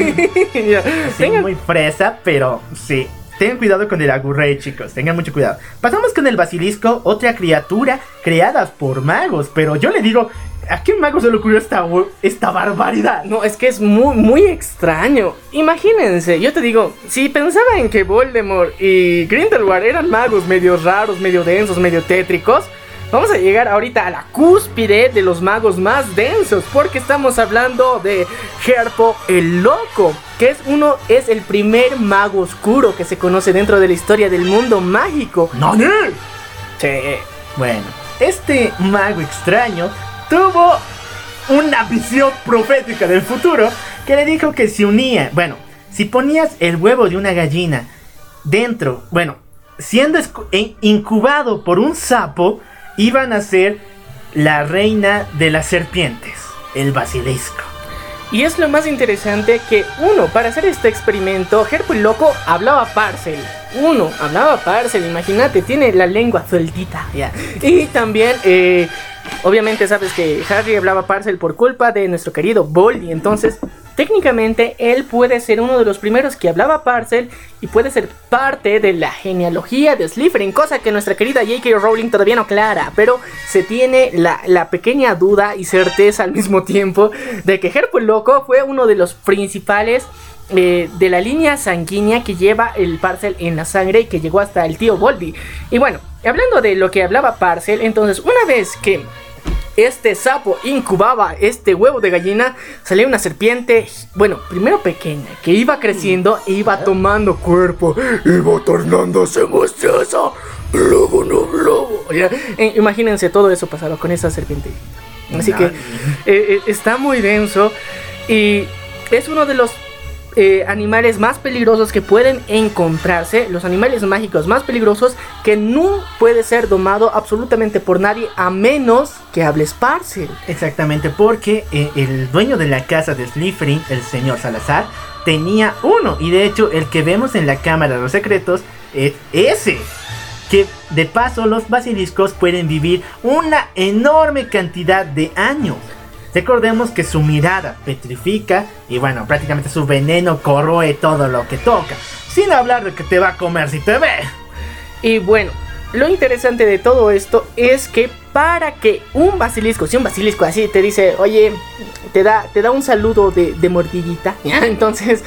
Sí, muy fresa, pero sí. Tengan cuidado con el Agurrey, chicos, tengan mucho cuidado. Pasamos con el basilisco, otra criatura creada por magos. Pero yo le digo, ¿a qué mago se le ocurrió esta barbaridad? No, es que es muy, muy extraño. Imagínense, yo te digo, si pensaban que Voldemort y Grindelwald eran magos medio raros, medio densos, medio tétricos, vamos a llegar ahorita a la cúspide de los magos más densos, porque estamos hablando de Harpo el Loco, que es el primer mago oscuro que se conoce dentro de la historia del mundo mágico. ¡Nani! Sí. Bueno, este mago extraño tuvo una visión profética del futuro que le dijo que si ponías el huevo de una gallina dentro, siendo incubado por un sapo, iban a ser la reina de las serpientes, el basilisco. Y es lo más interesante que para hacer este experimento, Harpo el Loco hablaba Parcel. Imagínate, tiene la lengua sueltita. Yeah. Y también, obviamente sabes que Harry hablaba Parcel por culpa de nuestro querido Voldy. Entonces, técnicamente, él puede ser uno de los primeros que hablaba Parcel y puede ser parte de la genealogía de Slytherin, cosa que nuestra querida J.K. Rowling todavía no aclara, pero se tiene la pequeña duda y certeza al mismo tiempo de que Harpo el Loco fue uno de los principales de la línea sanguínea que lleva el Parcel en la sangre y que llegó hasta el tío Voldy. Y bueno, hablando de lo que hablaba Parcel, entonces una vez que este sapo incubaba este huevo de gallina, salía una serpiente, primero pequeña, que iba creciendo e iba tomando cuerpo, iba tornándose monstruosa, luego un lobo. Imagínense todo eso pasaba con esa serpiente. Así que está muy denso y es uno de los animales más peligrosos que pueden encontrarse, los animales mágicos más peligrosos, que no puede ser domado absolutamente por nadie a menos que hables Parcel. Exactamente, porque el dueño de la casa de Slytherin, el señor Salazar, tenía uno, y de hecho el que vemos en la Cámara de los Secretos es ese. Que de paso los basiliscos pueden vivir una enorme cantidad de años. Recordemos que su mirada petrifica y prácticamente su veneno corroe todo lo que toca. Sin hablar de que te va a comer si te ve. Y lo interesante de todo esto es que para que un basilisco, si un basilisco así te dice, oye, te da un saludo de mordidita, ¿ya? Entonces,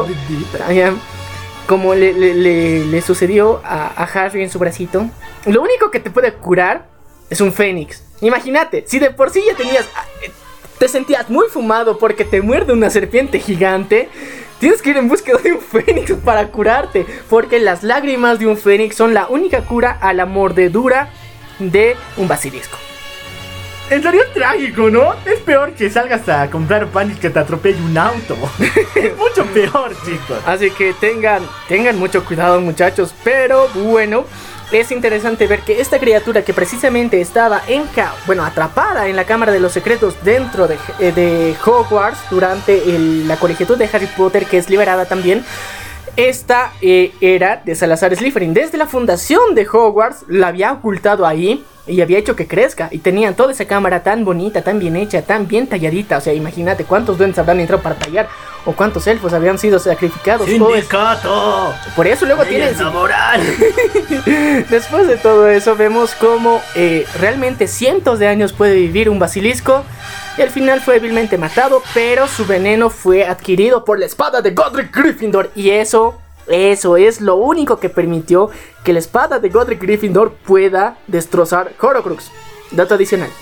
como le sucedió a Harry en su bracito, lo único que te puede curar es un fénix. Imagínate, si de por sí ya te sentías muy fumado porque te muerde una serpiente gigante, tienes que ir en búsqueda de un fénix para curarte, porque las lágrimas de un fénix son la única cura a la mordedura de un basilisco. En serio es trágico, ¿no? Es peor que salgas a comprar pan y que te atropelle un auto. Es mucho peor, chicos. Así que tengan mucho cuidado, muchachos. Pero es interesante ver que esta criatura que precisamente estaba atrapada en la Cámara de los Secretos dentro de Hogwarts durante la colegiatura de Harry Potter, que es liberada también, esta era de Salazar Slytherin. Desde la fundación de Hogwarts la había ocultado ahí y había hecho que crezca, y tenían toda esa cámara tan bonita, tan bien hecha, tan bien talladita. O sea, imagínate cuántos duendes habrán entrado para tallar, o cuántos elfos habían sido sacrificados. ¡Sindicato! Por eso luego tienen moral. Después de todo eso vemos cómo realmente cientos de años puede vivir un basilisco, y al final fue débilmente matado, pero su veneno fue adquirido por la espada de Godric Gryffindor, y eso es lo único que permitió que la espada de Godric Gryffindor pueda destrozar Horcrux. Dato adicional.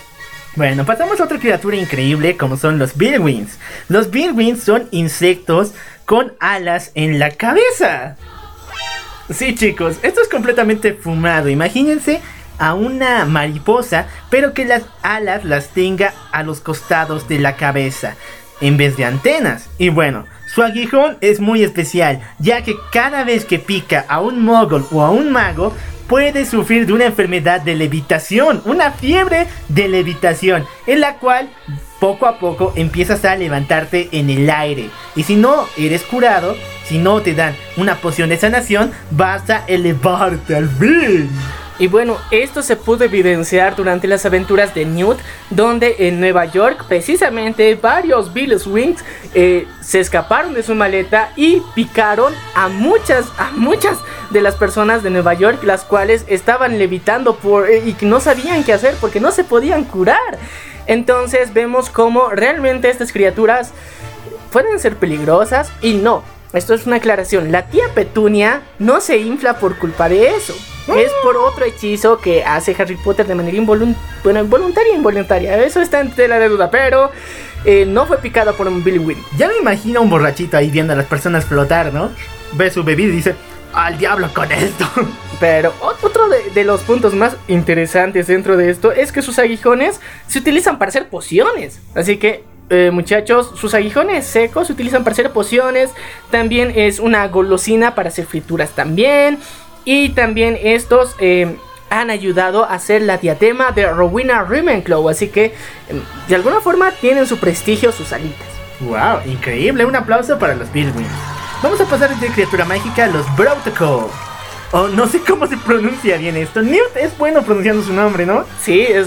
Bueno, pasamos a otra criatura increíble como son los Billwings. Los Billwings son insectos con alas en la cabeza. Sí, chicos, esto es completamente fumado. Imagínense a una mariposa, pero que las alas las tenga a los costados de la cabeza en vez de antenas. Y bueno, su aguijón es muy especial, ya que cada vez que pica a un mogol o a un mago, puede sufrir de una enfermedad de levitación, una fiebre de levitación, en la cual poco a poco empiezas a levantarte en el aire. Y si no eres curado, si no te dan una poción de sanación, vas a elevarte al fin. Y bueno, esto se pudo evidenciar durante las aventuras de Newt, donde en Nueva York precisamente varios Billwings se escaparon de su maleta y picaron a muchas de las personas de Nueva York, las cuales estaban levitando y no sabían qué hacer porque no se podían curar. Entonces vemos cómo realmente estas criaturas pueden ser peligrosas y no. Esto es una aclaración, la tía Petunia no se infla por culpa de eso. Es por otro hechizo que hace Harry Potter de manera involuntaria e involuntaria. Eso está en tela de duda, pero no fue picada por un Billwing. Ya me imagino un borrachito ahí viendo a las personas flotar, ¿no? Ve su bebida y dice, al diablo con esto. Pero otro de los puntos más interesantes dentro de esto es que sus aguijones se utilizan para hacer pociones. Así que muchachos, sus aguijones secos se utilizan para hacer pociones. También es una golosina para hacer frituras también. Y también estos han ayudado a hacer la diadema de Rowena Ravenclaw. Así que de alguna forma tienen su prestigio sus alitas. Wow, increíble, un aplauso para los Billwings. Vamos a pasar de criatura mágica a los Brotoco. Oh, no sé cómo se pronuncia bien esto. Newt es bueno pronunciando su nombre, ¿no? Sí, es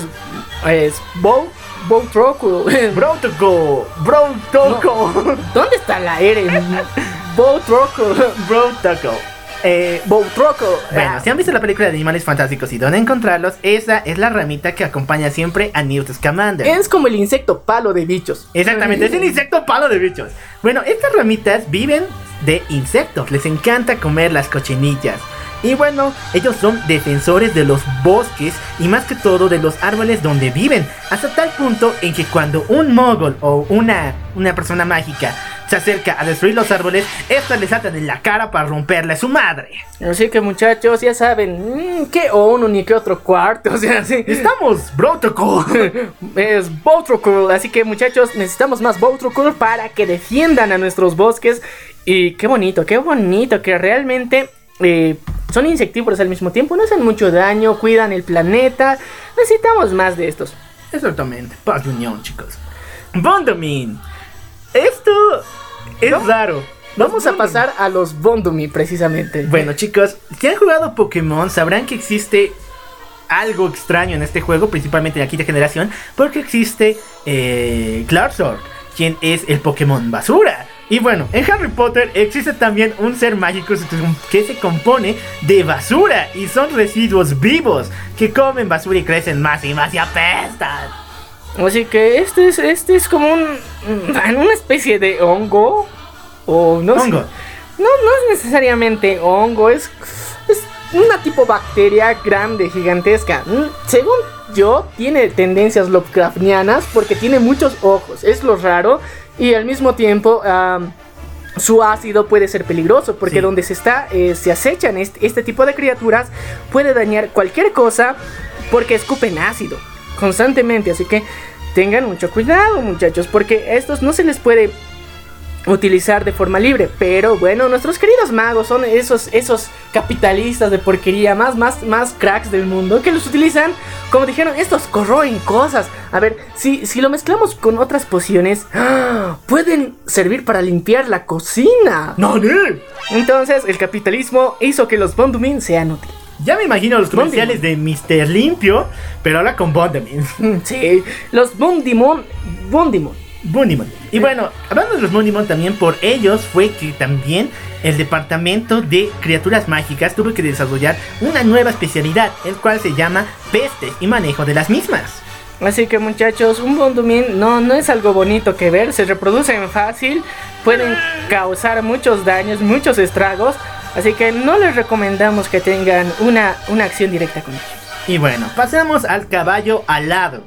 Brotoco. Brotoco. No. ¿Dónde está la R? Brotoco. Boutroco. Bueno, si han visto la película de Animales Fantásticos y dónde encontrarlos, esa es la ramita que acompaña siempre a Newt Scamander. Es como el insecto palo de bichos. Exactamente, es el insecto palo de bichos. Bueno, estas ramitas viven de insectos, les encanta comer las cochinillas. Y bueno, ellos son defensores de los bosques y más que todo de los árboles donde viven. Hasta tal punto en que cuando un mogol o una persona mágica se acerca a destruir los árboles, estos les atan en la cara para romperle a su madre. Así que muchachos, ya saben, que uno ni que otro cuarto, o sea, sí. Estamos Brotoco. Es Boutroco, así que muchachos, necesitamos más Boutroco para que defiendan a nuestros bosques. Y qué bonito que realmente son insectívoros al mismo tiempo, no hacen mucho daño, cuidan el planeta. Necesitamos más de estos. Exactamente, paz de unión, chicos. Bondomin. Esto es raro. Vamos a pasar a los Bondomi precisamente. Bueno, chicos, si han jugado Pokémon sabrán que existe algo extraño en este juego, principalmente en la quinta generación, porque existe Clarksork, quien es el Pokémon basura. Y bueno, en Harry Potter existe también un ser mágico que se compone de basura y son residuos vivos que comen basura y crecen más y más y apestan. Así que este es como una especie de hongo. O no hongo. Sé. No es necesariamente hongo, es una tipo bacteria grande, gigantesca. Según yo, tiene tendencias Lovecraftianas porque tiene muchos ojos, es lo raro. Y al mismo tiempo su ácido puede ser peligroso porque sí. Donde se acechan este tipo de criaturas puede dañar cualquier cosa porque escupen ácido constantemente. Así que tengan mucho cuidado, muchachos, porque a estos no se les puede utilizar de forma libre. Pero bueno, nuestros queridos magos son esos capitalistas de porquería más cracks del mundo que los utilizan. Como dijeron, estos corroen cosas. A ver, si lo mezclamos con otras pociones, pueden servir para limpiar la cocina. ¡No! Entonces el capitalismo hizo que los Bondomin sean útiles. Ya me imagino los comerciales de Mr. Limpio, pero ahora con Bondomin. Sí, los Bondimon. Y bueno, hablando de los Bondimon también, por ellos fue que también el departamento de criaturas mágicas tuvo que desarrollar una nueva especialidad, el cual se llama pestes y manejo de las mismas. Así que muchachos, un Bondomin no es algo bonito que ver, se reproducen fácil, pueden causar muchos daños, muchos estragos, así que no les recomendamos que tengan una acción directa con ellos. Y bueno, pasamos al caballo alado.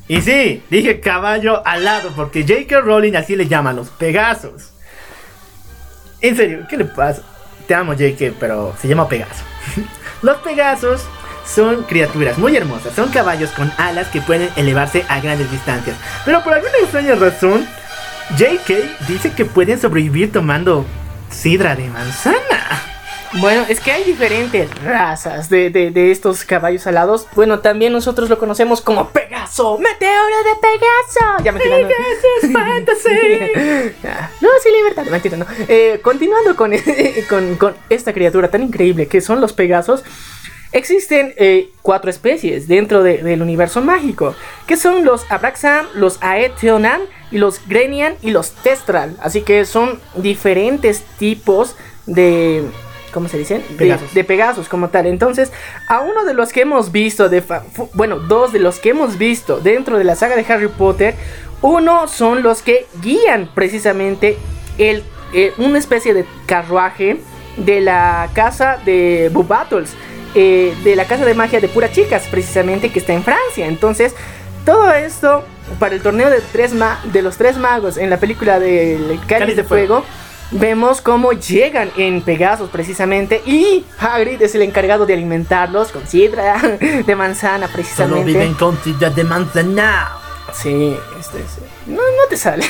Y sí, dije caballo alado porque J.K. Rowling así le llama a los Pegasos. En serio, ¿qué le pasa? Te amo, J.K., pero se llama Pegaso. Los Pegasos son criaturas muy hermosas. Son caballos con alas que pueden elevarse a grandes distancias. Pero por alguna extraña razón, J.K. dice que pueden sobrevivir tomando sidra de manzana. Bueno, es que hay diferentes razas de estos caballos alados. Bueno, también nosotros lo conocemos como Pegaso, meteoro de Pegaso. Ya me estoy dando. Pegasus Fantasy. No, sí, libertad, mentira, no. Continuando con esta criatura tan increíble que son los Pegasos. Existen 4 especies dentro del universo mágico, que son los Abraxam, los Aetionan, y los Grenian y los Testral. Así que son diferentes tipos de... ¿Cómo se dicen? De Pegasos como tal. Entonces, a uno de los que hemos visto, dos de los que hemos visto dentro de la saga de Harry Potter, uno son los que guían precisamente una especie de carruaje de la casa de Bubbattles, de la casa de magia de puras chicas, precisamente, que está en Francia. Entonces, todo esto para el torneo de los 3 magos en la película del Cáliz de Fuego. Vemos cómo llegan en Pegasos precisamente, y Hagrid es el encargado de alimentarlos con sidra de manzana precisamente. Solo viven con sidra de manzana. Sí, no te sale.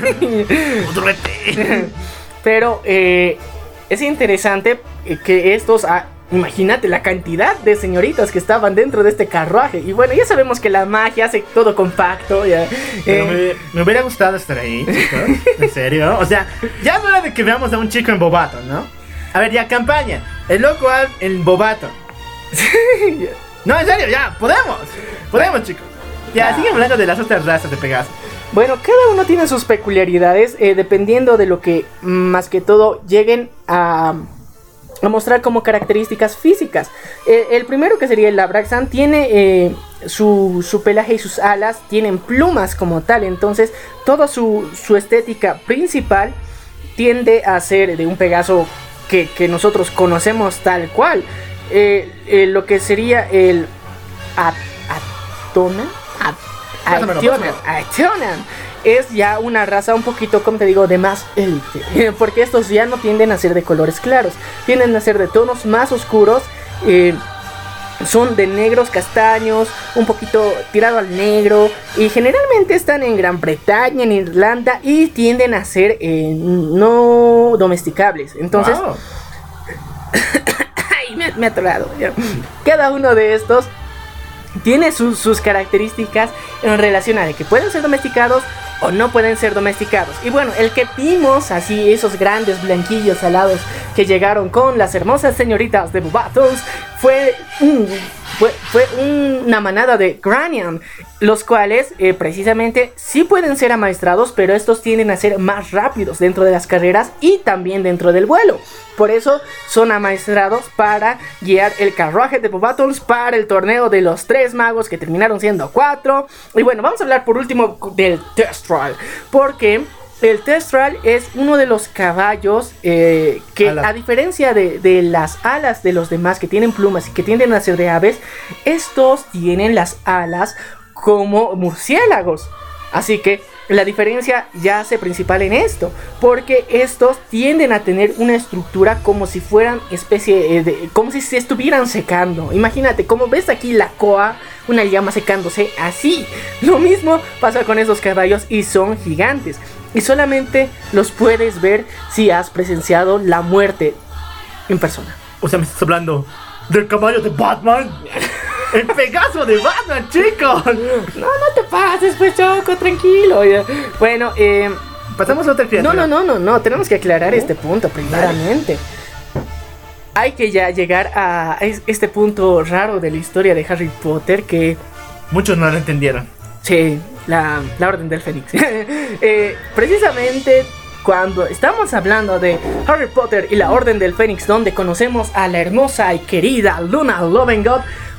Pero es interesante que estos... Imagínate la cantidad de señoritas que estaban dentro de este carruaje. Y bueno, ya sabemos que la magia hace todo compacto. Ya. Pero me hubiera gustado estar ahí, chicos. En serio. O sea, ya no era de que veamos a un chico en Bobato, ¿no? A ver, ya, campaña. El loco en Bobato. No, en serio, ya, podemos, chicos. Ya, siguen hablando de las otras razas de Pegaso. Bueno, cada uno tiene sus peculiaridades, dependiendo de lo que, más que todo, lleguen a mostrar como características físicas. El primero, que sería el Abraxam, tiene su pelaje y sus alas tienen plumas como tal. Entonces toda su estética principal tiende a ser de un Pegaso que nosotros conocemos tal cual. Lo que sería el Aetionan es ya una raza un poquito, como te digo, de más élite, porque estos ya no tienden a ser de colores claros, tienden a ser de tonos más oscuros. Son de negros castaños, un poquito tirado al negro, y generalmente están en Gran Bretaña, en Irlanda, y tienden a ser no domesticables. Entonces, wow. Ay, me ha atorado. Cada uno de estos tiene sus características en relación a de que pueden ser domesticados o no pueden ser domesticados. Y bueno, el que vimos así, esos grandes blanquillos alados que llegaron con las hermosas señoritas de Bubbattles, fue una manada de Granian, los cuales precisamente sí pueden ser amaestrados, pero estos tienden a ser más rápidos dentro de las carreras y también dentro del vuelo. Por eso son amaestrados para guiar el carruaje de Bubbattles para el torneo de los 3 magos, que terminaron siendo 4. Y bueno, vamos a hablar por último del Testral, porque el Testral es uno de los caballos que, a diferencia de las alas de los demás que tienen plumas y que tienden a ser de aves, estos tienen las alas como murciélagos. Así que la diferencia yace principal en esto, porque estos tienden a tener una estructura como si fueran como si se estuvieran secando. Imagínate, como ves aquí la coa, una llama secándose así. Lo mismo pasa con esos caballos, y son gigantes. Y solamente los puedes ver si has presenciado la muerte en persona. O sea, me estás hablando del caballo de Batman. El Pegaso de Batman, chicos. No te pases, pues, Choco, tranquilo. Bueno, pasamos a otra criatura. No, tenemos que aclarar este punto primeramente. Hay que ya llegar a este punto raro de la historia de Harry Potter que muchos no lo entendieron. Sí, la Orden del Fénix. Precisamente cuando estamos hablando de Harry Potter y la Orden del Fénix, donde conocemos a la hermosa y querida Luna Lovegood,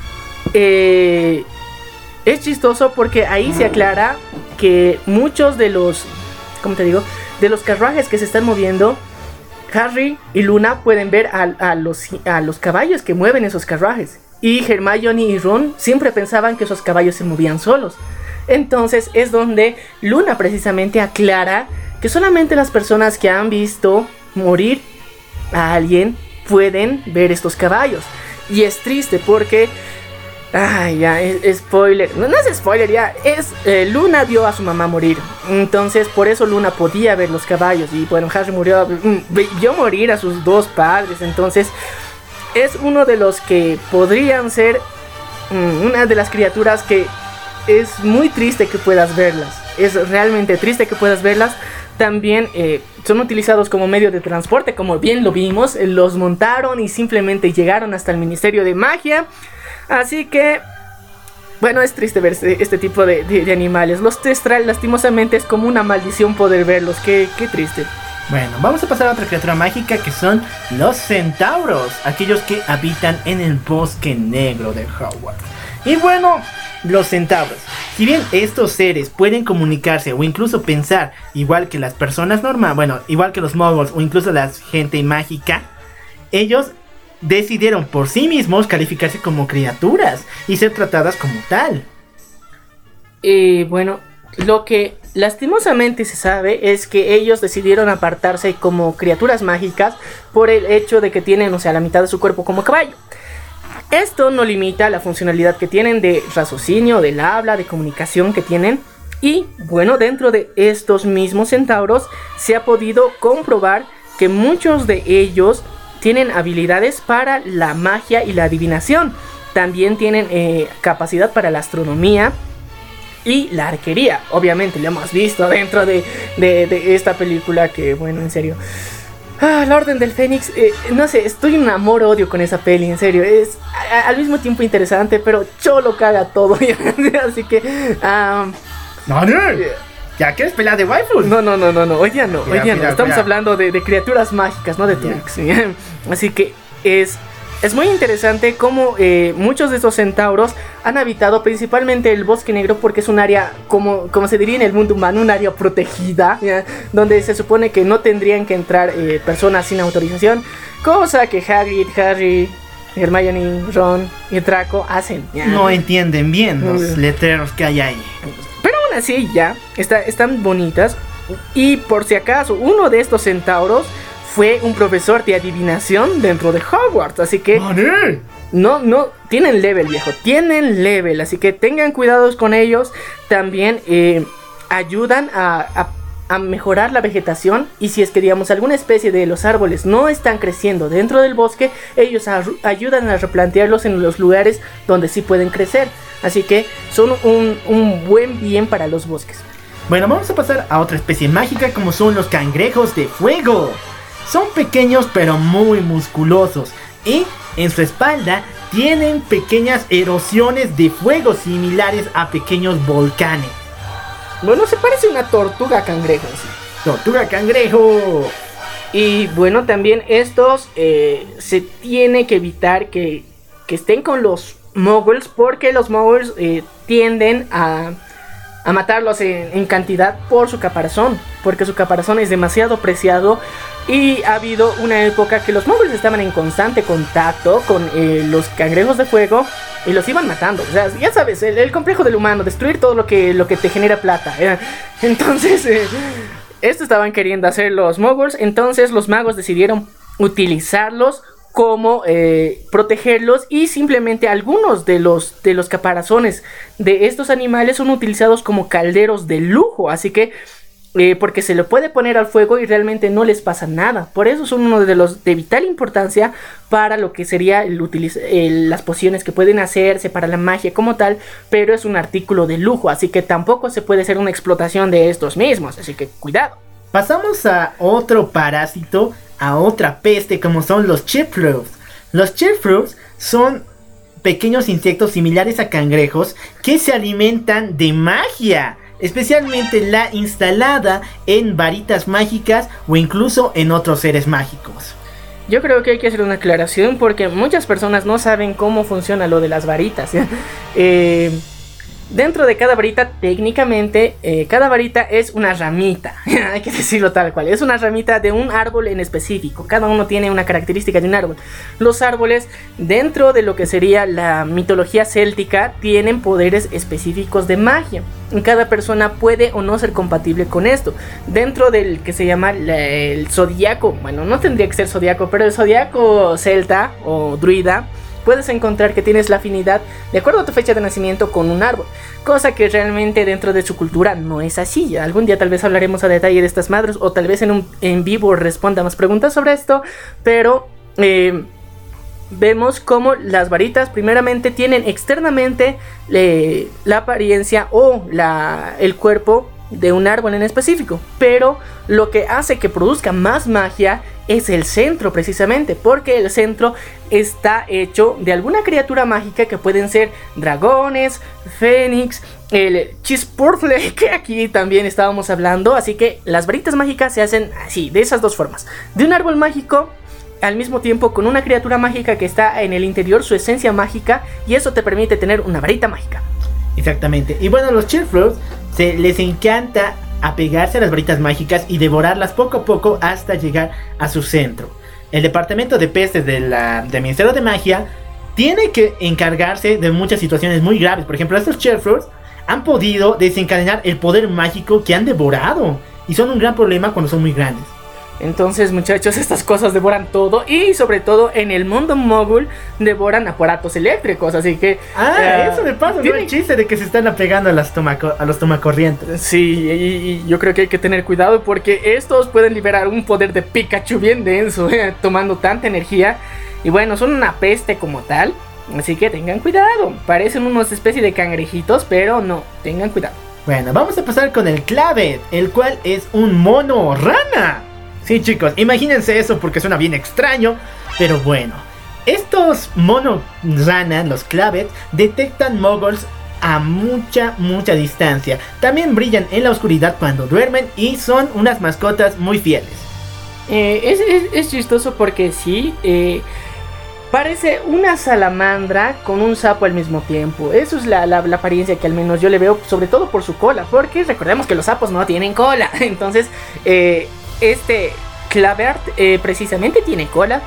es chistoso porque ahí se aclara que muchos de los, ¿cómo te digo?, de los carruajes que se están moviendo, Harry y Luna pueden ver a los caballos que mueven esos carruajes. Y Hermione y Ron siempre pensaban que esos caballos se movían solos. Entonces es donde Luna precisamente aclara que solamente las personas que han visto morir a alguien pueden ver estos caballos. Y es triste porque... Ay, ya, es spoiler. No es spoiler, ya. Luna vio a su mamá morir. Entonces, por eso Luna podía ver los caballos. Y bueno, Harry vio morir a sus dos padres. Entonces, es uno de los que podrían ser una de las criaturas que es muy triste que puedas verlas. Es realmente triste que puedas verlas. También son utilizados como medio de transporte, como bien lo vimos. Los montaron y simplemente llegaron hasta el Ministerio de Magia. Así que, bueno, es triste ver este tipo de animales. Los Testral, lastimosamente, es como una maldición poder verlos. Qué triste. Bueno, vamos a pasar a otra criatura mágica que son los centauros, aquellos que habitan en el bosque negro de Hogwarts. Y bueno, los centauros, si bien estos seres pueden comunicarse o incluso pensar igual que las personas normales, bueno, igual que los muggles o incluso la gente mágica, ellos decidieron por sí mismos calificarse como criaturas y ser tratadas como tal. Bueno, lo que lastimosamente se sabe es que ellos decidieron apartarse como criaturas mágicas por el hecho de que tienen, o sea, la mitad de su cuerpo como caballo. Esto no limita la funcionalidad que tienen de raciocinio, del habla, de comunicación que tienen. Y bueno, dentro de estos mismos centauros se ha podido comprobar que muchos de ellos tienen habilidades para la magia y la adivinación. También tienen capacidad para la astronomía y la arquería. Obviamente lo hemos visto dentro de esta película que, bueno, en serio. La Orden del Fénix, no sé, estoy en amor-odio con esa peli, en serio. Es al mismo tiempo interesante, pero cholo caga todo. Así que... ¡No! ¿Ya quieres pelear de waifus? No, hoy día no, Mira, estamos hablando de criaturas mágicas, no de Trunks. Así que es muy interesante cómo muchos de estos centauros han habitado principalmente el Bosque Negro, porque es un área, como se diría en el mundo humano, un área protegida, ¿ya? Donde se supone que no tendrían que entrar personas sin autorización, cosa que Hagrid, Harry, Hermione, Ron y Draco hacen, ¿ya? No entienden bien los letreros que hay ahí. Pero aún así ya están bonitas. Y por si acaso, uno de estos centauros fue un profesor de adivinación dentro de Hogwarts. Así que no tienen level, viejo. Tienen level, así que tengan cuidados con ellos. También ayudan a mejorar la vegetación. Y si es que, digamos, alguna especie de los árboles no están creciendo dentro del bosque, ellos ayudan a replantearlos en los lugares donde sí pueden crecer. Así que son un buen bien para los bosques. Bueno, vamos a pasar a otra especie mágica, como son los cangrejos de fuego. Son pequeños pero muy musculosos, y en su espalda tienen pequeñas erosiones de fuego similares a pequeños volcanes. Bueno, se parece a una tortuga cangrejo, sí. ¡Tortuga cangrejo! Y bueno, también estos se tiene que evitar que estén con los muggles, porque los muggles tienden a matarlos en cantidad por su caparazón, porque su caparazón es demasiado preciado. Y ha habido una época que los muggles estaban en constante contacto con los cangrejos de fuego y los iban matando. O sea, ya sabes, el complejo del humano, destruir todo lo que te genera plata. Entonces, esto estaban queriendo hacer los muggles. Entonces los magos decidieron utilizarlos como protegerlos, y simplemente algunos de los caparazones de estos animales son utilizados como calderos de lujo. Así que porque se lo puede poner al fuego y realmente no les pasa nada. Por eso son uno de los de vital importancia para lo que sería las pociones que pueden hacerse, para la magia como tal. Pero es un artículo de lujo, así que tampoco se puede hacer una explotación de estos mismos. Así que cuidado. Pasamos a otro parásito, a otra peste, como son los chipfruits. Los chipfruits son pequeños insectos similares a cangrejos que se alimentan de magia, especialmente la instalada en varitas mágicas o incluso en otros seres mágicos. Yo creo que hay que hacer una aclaración, porque muchas personas no saben cómo funciona lo de las varitas. Dentro de cada varita, técnicamente, cada varita es una ramita, hay que decirlo tal cual, es una ramita de un árbol en específico, cada uno tiene una característica de un árbol. Los árboles, dentro de lo que sería la mitología céltica, tienen poderes específicos de magia. Cada persona puede o no ser compatible con esto. Dentro del que se llama el zodiaco, bueno, no tendría que ser zodiaco, pero el zodiaco celta o druida, puedes encontrar que tienes la afinidad de acuerdo a tu fecha de nacimiento con un árbol, cosa que realmente dentro de su cultura no es así. Algún día tal vez hablaremos a detalle de estas madres, o tal vez en vivo responda más preguntas sobre esto, pero vemos como las varitas primeramente tienen externamente la apariencia o el cuerpo de un árbol en específico, pero lo que hace que produzca más magia es el centro, precisamente porque el centro está hecho de alguna criatura mágica que pueden ser dragones, fénix, el chisportle que aquí también estábamos hablando. Así que las varitas mágicas se hacen así, de esas dos formas: de un árbol mágico al mismo tiempo con una criatura mágica que está en el interior, su esencia mágica, y eso te permite tener una varita mágica. Exactamente. Y bueno, los Cheerfruits les encanta apegarse a las varitas mágicas y devorarlas poco a poco hasta llegar a su centro. El departamento de pestes del Ministerio de Magia tiene que encargarse de muchas situaciones muy graves. Por ejemplo, estos Cheerfruits han podido desencadenar el poder mágico que han devorado, y son un gran problema cuando son muy grandes. Entonces, muchachos, estas cosas devoran todo, y sobre todo en el mundo mogul devoran aparatos eléctricos, así que... eso de paso, ¿no? El chiste de que se están apegando a los tomacorrientes. Sí, y yo creo que hay que tener cuidado porque estos pueden liberar un poder de Pikachu bien denso, tomando tanta energía. Y bueno, son una peste como tal, así que tengan cuidado. Parecen unos especies de cangrejitos, pero no, tengan cuidado. Bueno, vamos a pasar con el Clavet, el cual es un mono rana. Sí, chicos, imagínense eso porque suena bien extraño, pero bueno. Estos mono ranas, los Clavets, detectan moguls a mucha distancia. También brillan en la oscuridad cuando duermen y son unas mascotas muy fieles. Es chistoso porque sí, parece una salamandra con un sapo al mismo tiempo. Eso es la apariencia que al menos yo le veo, sobre todo por su cola, porque recordemos que los sapos no tienen cola. Entonces, este Clavert precisamente tiene cola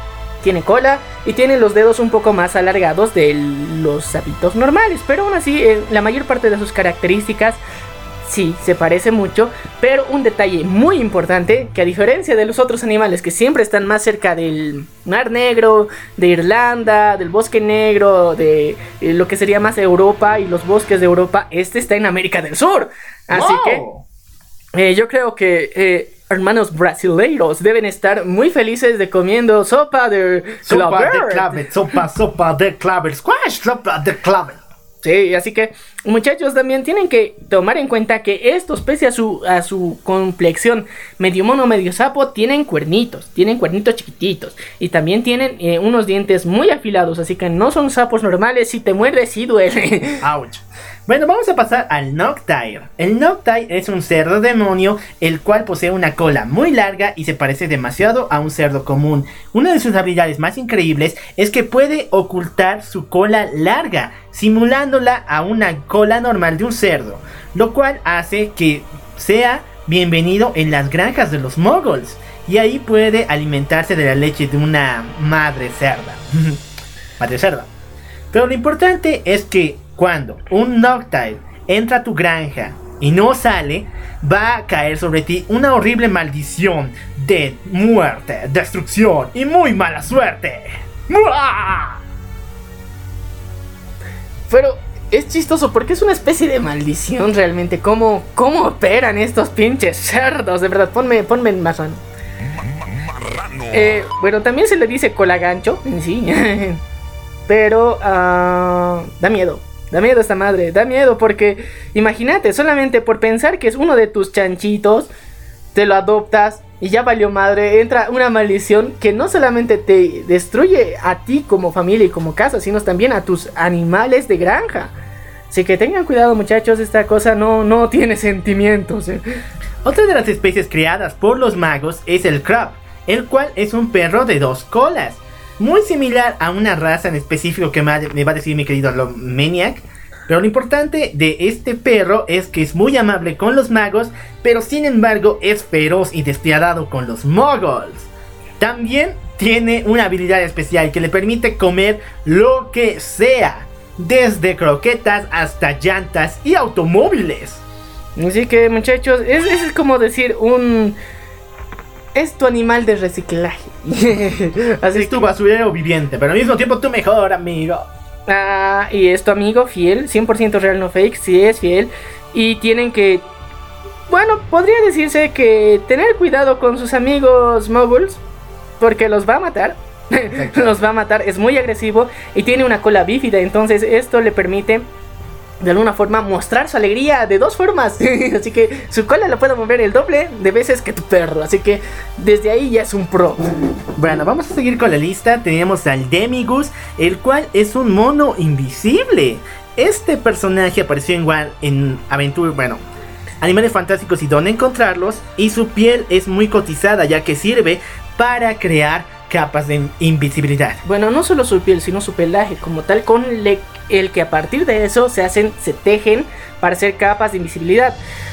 y tiene los dedos un poco más alargados de los sapitos normales, pero aún así la mayor parte de sus características sí se parece mucho. Pero un detalle muy importante, que a diferencia de los otros animales que siempre están más cerca del Mar Negro, de Irlanda, del Bosque Negro, de lo que sería más Europa y los bosques de Europa, este está en América del Sur. Así que yo creo que hermanos brasileiros deben estar muy felices de comiendo sopa de clavet. Sopa de clavet, squash, sopa de clavet. Sí, así que muchachos también tienen que tomar en cuenta que estos, pese a su complexión medio mono, medio sapo, tienen cuernitos chiquititos, y también tienen unos dientes muy afilados, así que no son sapos normales. Si te muerdes sí duele. Ouch. Bueno, vamos a pasar al Noctire. El Noctire es un cerdo demonio, el cual posee una cola muy larga y se parece demasiado a un cerdo común. Una de sus habilidades más increíbles es que puede ocultar su cola larga, simulándola a una cola normal de un cerdo, lo cual hace que sea bienvenido en las granjas de los moguls, y ahí puede alimentarse de la leche de una madre cerda. Madre cerda. Pero lo importante es que cuando un Noctire entra a tu granja y no sale, va a caer sobre ti una horrible maldición de muerte, destrucción y muy mala suerte. ¡Mua! Pero es chistoso porque es una especie de maldición realmente. ¿Cómo operan estos pinches cerdos? De verdad, ponme más rano. Bueno, también se le dice cola gancho en sí. Pero da miedo. Da miedo esta madre, da miedo porque imagínate, solamente por pensar que es uno de tus chanchitos, te lo adoptas y ya valió madre. Entra una maldición que no solamente te destruye a ti como familia y como casa, sino también a tus animales de granja. Así que tengan cuidado, muchachos, esta cosa no tiene sentimientos. Otra de las especies creadas por los magos es el Crab, el cual es un perro de 2 colas. Muy similar a una raza en específico que me va a decir mi querido Maniac. Pero lo importante de este perro es que es muy amable con los magos, pero sin embargo es feroz y despiadado con los muggles. También tiene una habilidad especial que le permite comer lo que sea, desde croquetas hasta llantas y automóviles. Así que, muchachos, es como decir es tu animal de reciclaje. Así Es tu basurero viviente, pero al mismo tiempo tu mejor amigo. Y es tu amigo fiel, 100% real, no fake, sí es fiel. Y tienen que, bueno, podría decirse que tener cuidado con sus amigos muggles, porque los va a matar. Los va a matar, es muy agresivo y tiene una cola bífida. Entonces esto le permite de alguna forma mostrar su alegría de dos formas. Así que su cola la puede mover el doble de veces que tu perro. Así que desde ahí ya es un pro. Bueno, vamos a seguir con la lista. Tenemos al Demigus, el cual es un mono invisible. Este personaje apareció igual en Aventura, bueno, Animales Fantásticos y Dónde Encontrarlos. Y su piel es muy cotizada, ya que sirve para crear capas de invisibilidad. Bueno, no solo su piel, sino su pelaje como tal, con el que a partir de eso se tejen para hacer capas de invisibilidad.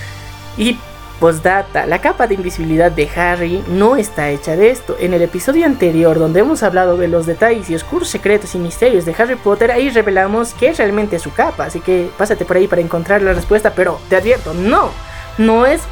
Y postdata, la capa de invisibilidad de Harry no está hecha de esto. En el episodio anterior, donde hemos hablado de los detalles y oscuros secretos y misterios de Harry Potter, ahí revelamos qué es realmente su capa. Así que pásate por ahí para encontrar la respuesta. Pero te advierto, no es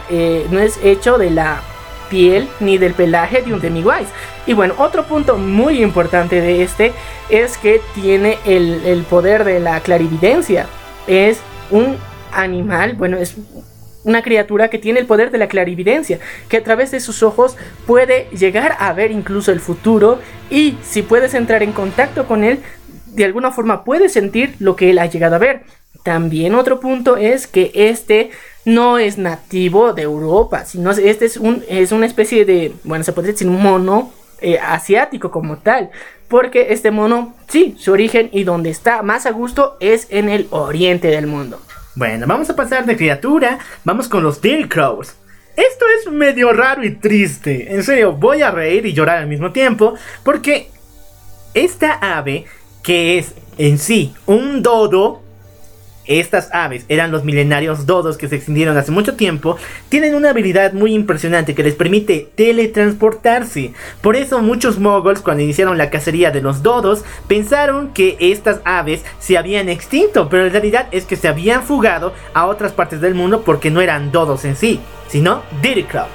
hecho de la piel ni del pelaje de un Pennywise. Y bueno, otro punto muy importante de este es que tiene el poder de la clarividencia. Es un animal, bueno, es una criatura que tiene el poder de la clarividencia, que a través de sus ojos puede llegar a ver incluso el futuro, y si puedes entrar en contacto con él, de alguna forma puedes sentir lo que él ha llegado a ver. También otro punto es que este no es nativo de Europa, sino este es una especie de, bueno, se podría decir un mono asiático como tal, porque este mono, sí, su origen y donde está más a gusto es en el oriente del mundo. Bueno, vamos a pasar de criatura, vamos con los Dirty Crows. Esto es medio raro y triste, en serio, voy a reír y llorar al mismo tiempo, porque esta ave, que es en sí un dodo, estas aves eran los milenarios dodos que se extinguieron hace mucho tiempo, tienen una habilidad muy impresionante que les permite teletransportarse. Por eso muchos muggles, cuando iniciaron la cacería de los dodos, pensaron que estas aves se habían extinto, pero en realidad es que se habían fugado a otras partes del mundo porque no eran dodos en sí, sino Dirty Crows.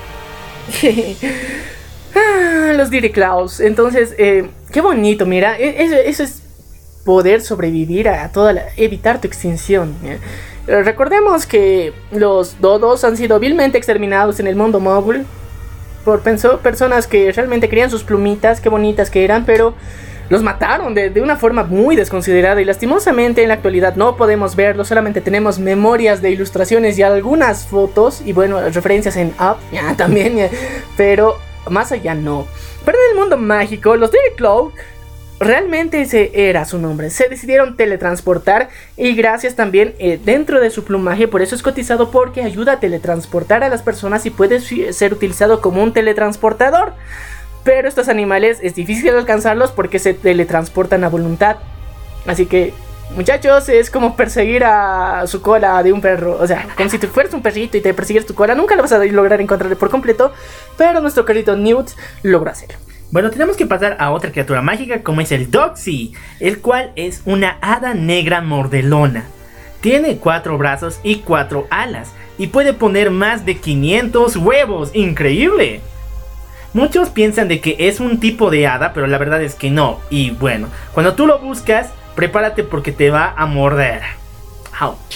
Los Dirty Crows. Entonces, qué bonito, mira, eso es poder sobrevivir a evitar tu extinción. Recordemos que los dodos han sido vilmente exterminados en el mundo muggle por personas que realmente querían sus plumitas, qué bonitas que eran, pero los mataron de una forma muy desconsiderada, y lastimosamente en la actualidad no podemos verlos, solamente tenemos memorias de ilustraciones y algunas fotos, y bueno, referencias en Up también, pero más allá no. Pero en el mundo mágico, los Dirty Crows realmente ese era su nombre. Se decidieron teletransportar, y gracias también dentro de su plumaje, por eso es cotizado, porque ayuda a teletransportar a las personas y puede ser utilizado como un teletransportador. Pero estos animales es difícil alcanzarlos porque se teletransportan a voluntad. Así que, muchachos, es como perseguir a su cola de un perro. O sea, como si tú fueras un perrito y te persigues tu cola, nunca lo vas a lograr encontrar por completo, pero nuestro querido Newt logra hacerlo. Bueno, tenemos que pasar a otra criatura mágica, como es el Doxy, el cual es una hada negra mordelona. Tiene 4 brazos y 4 alas, y puede poner más de 500 huevos. ¡Increíble! Muchos piensan de que es un tipo de hada, pero la verdad es que no. Y bueno, cuando tú lo buscas, prepárate porque te va a morder. ¡Ouch!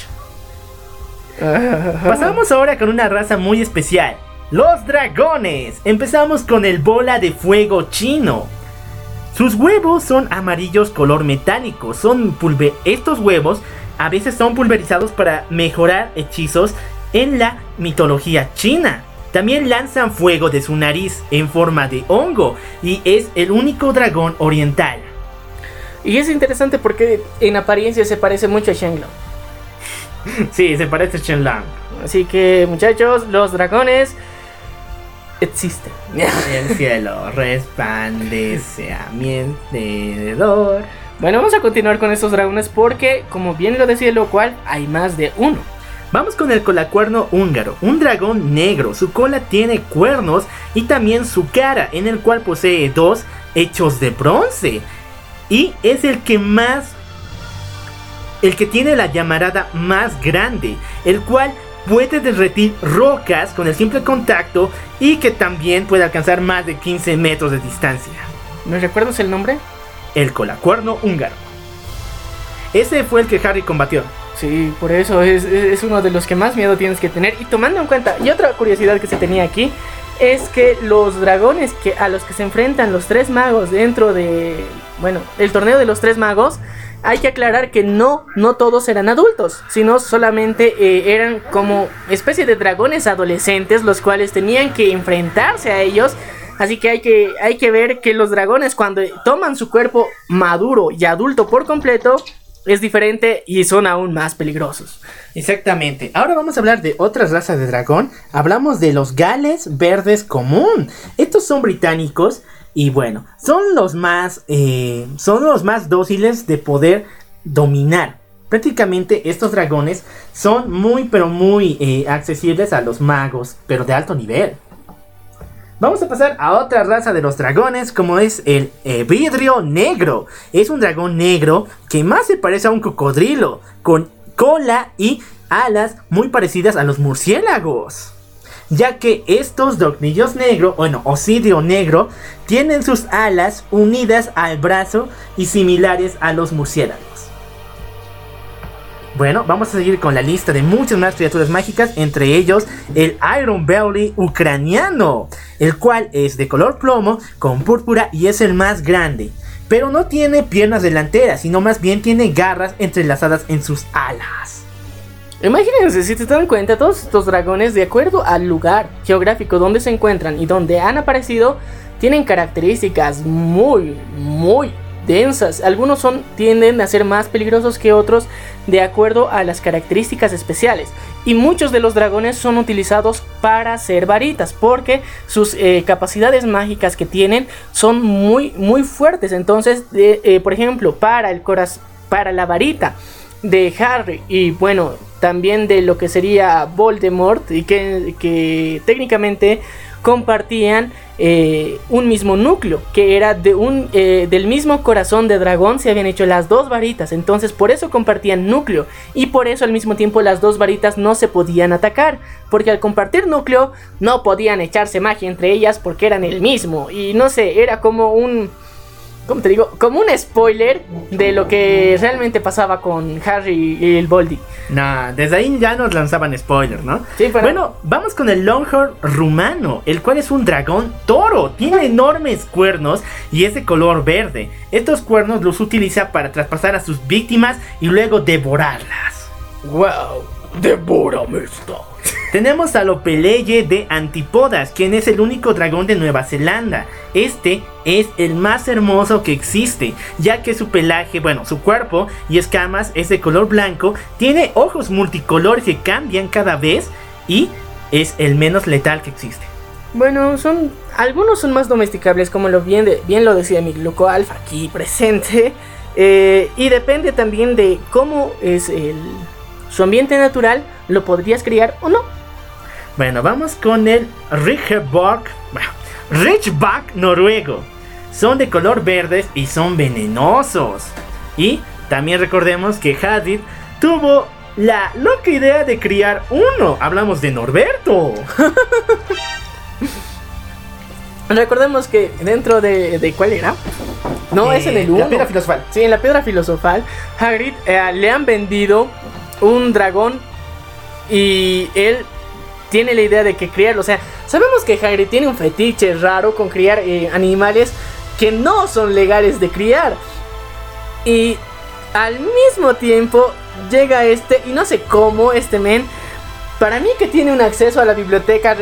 Pasamos ahora con una raza muy especial, los dragones. Empezamos con el bola de fuego chino. Sus huevos son amarillos color metálico. Estos huevos a veces son pulverizados para mejorar hechizos en la mitología china. También lanzan fuego de su nariz en forma de hongo, y es el único dragón oriental. Y es interesante porque en apariencia se parece mucho a Shenlong. Sí, se parece a Shenlong. Así que, muchachos, los dragones existen. El cielo resplandece a mi alrededor. Bueno, vamos a continuar con estos dragones porque, como bien lo decía lo cual, hay más de uno. Vamos con el colacuerno húngaro, un dragón negro. Su cola tiene cuernos y también su cara, en el cual posee dos hechos de bronce. Y es el que tiene la llamarada más grande, el cual puede derretir rocas con el simple contacto y que también puede alcanzar más de 15 metros de distancia. ¿Me recuerdas el nombre? El colacuerno húngaro. Ese fue el que Harry combatió. Sí, por eso es uno de los que más miedo tienes que tener. Y tomando en cuenta, y otra curiosidad que se tenía aquí, es que los dragones a los que se enfrentan los tres magos dentro de, bueno, el torneo de los tres magos, hay que aclarar que no todos eran adultos, sino solamente eran como especie de dragones adolescentes, los cuales tenían que enfrentarse a ellos. Así que hay que ver que los dragones, cuando toman su cuerpo maduro y adulto por completo, es diferente y son aún más peligrosos. Exactamente. Ahora vamos a hablar de otras razas de dragón. Hablamos de los Gales verdes común. Estos son británicos y bueno, son los más dóciles de poder dominar. Prácticamente estos dragones son muy accesibles a los magos, pero de alto nivel. Vamos a pasar a otra raza de los dragones, como es el vidrio negro. Es un dragón negro que más se parece a un cocodrilo, con cola y alas muy parecidas a los murciélagos. Ya que estos dragonillos negros, osidio negro, tienen sus alas unidas al brazo y similares a los murciélagos. Bueno, vamos a seguir con la lista de muchas más criaturas mágicas, entre ellos el Iron Belly ucraniano, el cual es de color plomo con púrpura y es el más grande, pero no tiene piernas delanteras, sino más bien tiene garras entrelazadas en sus alas. Imagínense, si te dan cuenta, todos estos dragones, de acuerdo al lugar geográfico donde se encuentran y donde han aparecido, tienen características muy densas. Algunos tienden a ser más peligrosos que otros de acuerdo a las características especiales, y muchos de los dragones son utilizados para hacer varitas porque sus capacidades mágicas que tienen son muy fuertes. Entonces por ejemplo, para la varita de Harry y bueno, también de lo que sería Voldemort, y que técnicamente compartían un mismo núcleo, que era del mismo corazón de dragón, se habían hecho las dos varitas. Entonces por eso compartían núcleo, y por eso al mismo tiempo las dos varitas no se podían atacar, porque al compartir núcleo no podían echarse magia entre ellas porque eran el mismo. Y no sé, era como un spoiler de lo que realmente pasaba con Harry y el Voldy. Nah, desde ahí ya nos lanzaban spoilers, ¿no? Sí, pero... Bueno, vamos con el Longhorn rumano, el cual es un dragón toro. Tiene enormes cuernos y es de color verde. Estos cuernos los utiliza para traspasar a sus víctimas y luego devorarlas. ¡Wow! ¡Devórame esto! Tenemos a Lopeleye de Antípodas, quien es el único dragón de Nueva Zelanda. Este es el más hermoso que existe, ya que su pelaje, su cuerpo y escamas es de color blanco, tiene ojos multicolores que cambian cada vez y es el menos letal que existe. Bueno, algunos son más domesticables, como bien lo decía mi loco Alfa aquí presente, y depende también de cómo es su ambiente natural, lo podrías criar o no. Bueno, vamos con el Ridgeback noruego. Son de color verdes y son venenosos. Y también recordemos que Hagrid tuvo la loca idea de criar uno. Hablamos de Norberto. Recordemos que dentro de ¿cuál era? No, es en el 1. La piedra filosofal. Sí, en la piedra filosofal, Hagrid le han vendido un dragón y él tiene la idea de que criarlo. O sea, sabemos que Hagrid tiene un fetiche raro con criar animales que no son legales de criar. Y al mismo tiempo llega y no sé cómo men, para mí que tiene un acceso a la biblioteca,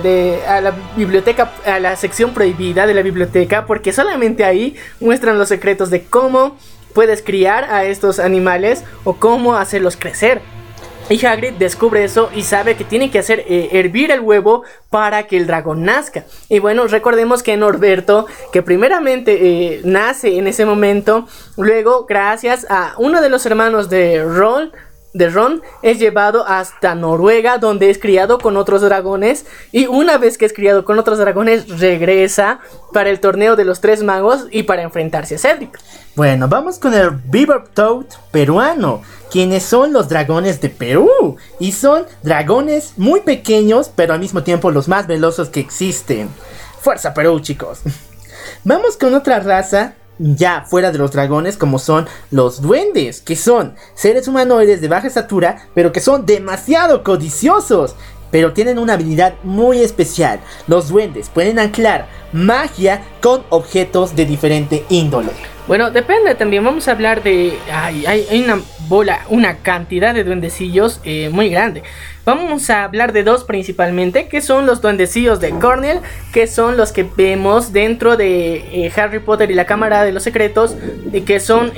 a la sección prohibida de la biblioteca, porque solamente ahí muestran los secretos de cómo puedes criar a estos animales o cómo hacerlos crecer. Y Hagrid descubre eso y sabe que tiene que hacer hervir el huevo para que el dragón nazca. Y bueno, recordemos que Norberto, que primeramente nace en ese momento, luego gracias a uno de los hermanos de Ron, es llevado hasta Noruega, donde es criado con otros dragones. Y una vez que es criado con otros dragones, regresa para el torneo de los 3 magos y para enfrentarse a Cedric. Bueno, vamos con el Beaver Toad peruano, quienes son los dragones de Perú. Y son dragones muy pequeños, pero al mismo tiempo los más veloces que existen. ¡Fuerza Perú, chicos! Vamos con otra raza ya fuera de los dragones, como son los duendes, que son seres humanoides de baja estatura, pero que son demasiado codiciosos, pero tienen una habilidad muy especial. Los duendes pueden anclar magia con objetos de diferente índole. Bueno, depende también. Vamos a hablar de... Hay una cantidad de duendecillos muy grande. Vamos a hablar de 2 principalmente, que son los duendecillos de Cornell, que son los que vemos dentro de Harry Potter y la Cámara de los Secretos, y que son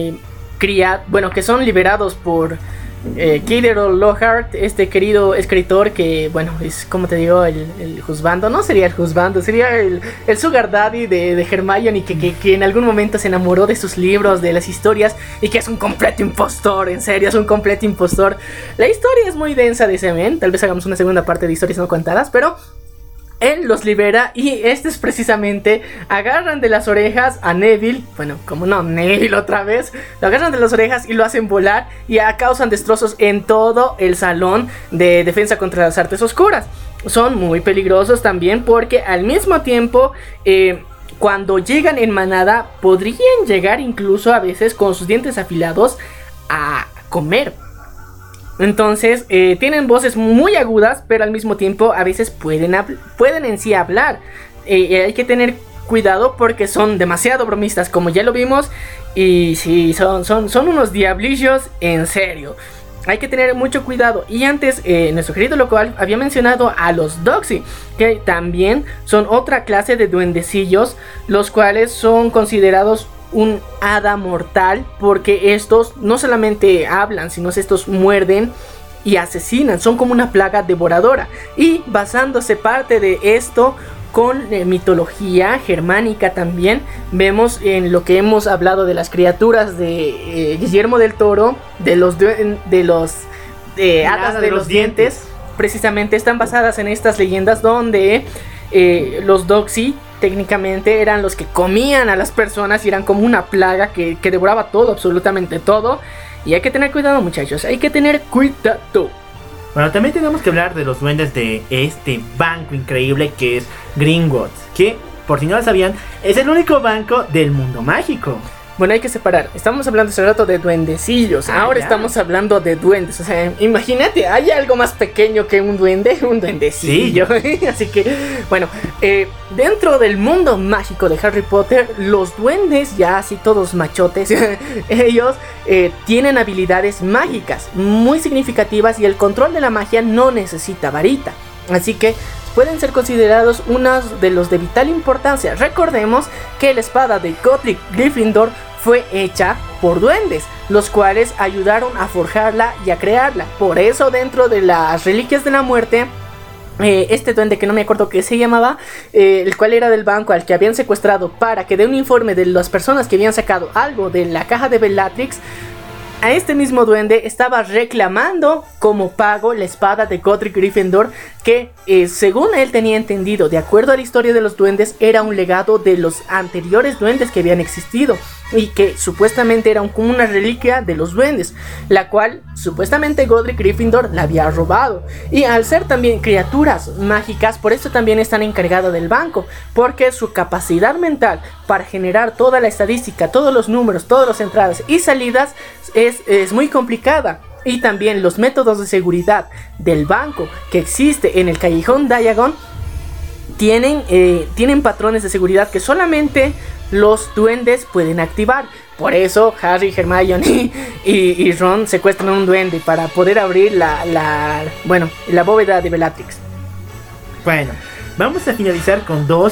que son liberados por Kidder Lockhart, este querido escritor que, bueno, es como te digo, el juzgando, no sería el juzgando, sería el sugar daddy de Hermione, que en algún momento se enamoró de sus libros, de las historias, y que es un completo impostor, en serio, es un completo impostor. La historia es muy densa de ese men, tal vez hagamos una segunda parte de historias no contadas, pero él los libera y estos precisamente agarran de las orejas a Neville. Bueno, como no, Neville otra vez. Lo agarran de las orejas y lo hacen volar y causan destrozos en todo el salón de defensa contra las artes oscuras. Son muy peligrosos también porque al mismo tiempo cuando llegan en manada podrían llegar incluso a veces con sus dientes afilados a comer. Entonces, tienen voces muy agudas, pero al mismo tiempo a veces pueden en sí hablar. Hay que tener cuidado porque son demasiado bromistas, como ya lo vimos. Y sí, son unos diablillos en serio. Hay que tener mucho cuidado. Y antes, nuestro querido local había mencionado a los Doxy, que también son otra clase de duendecillos, los cuales son considerados un hada mortal, porque estos no solamente hablan, sino que estos muerden y asesinan, son como una plaga devoradora. Y basándose parte de esto con mitología germánica también, vemos en lo que hemos hablado de las criaturas de Guillermo del Toro, de los hadas de los dientes, precisamente están basadas en estas leyendas donde los Doxy técnicamente eran los que comían a las personas y eran como una plaga que devoraba todo, absolutamente todo. Y hay que tener cuidado, muchachos, hay que tener cuidado. Bueno, también tenemos que hablar de los duendes de este banco increíble que es Gringotts, que, por si no lo sabían, es el único banco del mundo mágico. Bueno, hay que separar. Estamos hablando hace rato de duendecillos. Ahora estamos hablando de duendes. O sea, imagínate, ¿hay algo más pequeño que un duende? Un duendecillo. Sí. Así que, bueno, dentro del mundo mágico de Harry Potter, los duendes, ya así todos machotes, ellos tienen habilidades mágicas muy significativas y el control de la magia no necesita varita. Así que pueden ser considerados unos de los de vital importancia. Recordemos que la espada de Godric Gryffindor fue hecha por duendes, los cuales ayudaron a forjarla y a crearla. Por eso dentro de las reliquias de la muerte, este duende que no me acuerdo qué se llamaba, el cual era del banco al que habían secuestrado para que dé un informe de las personas que habían sacado algo de la caja de Bellatrix, a este mismo duende estaba reclamando como pago la espada de Godric Gryffindor, que según él tenía entendido, de acuerdo a la historia de los duendes, era un legado de los anteriores duendes que habían existido y que supuestamente era como una reliquia de los duendes, la cual supuestamente Godric Gryffindor la había robado. Y al ser también criaturas mágicas, por eso también están encargadas del banco, porque su capacidad mental para generar toda la estadística, todos los números, todas las entradas y salidas es muy complicada. Y también los métodos de seguridad del banco que existe en el Callejón Diagon tienen patrones de seguridad que solamente los duendes pueden activar. Por eso Harry, Hermione y Ron secuestran a un duende para poder abrir la bóveda de Bellatrix. Bueno, vamos a finalizar con dos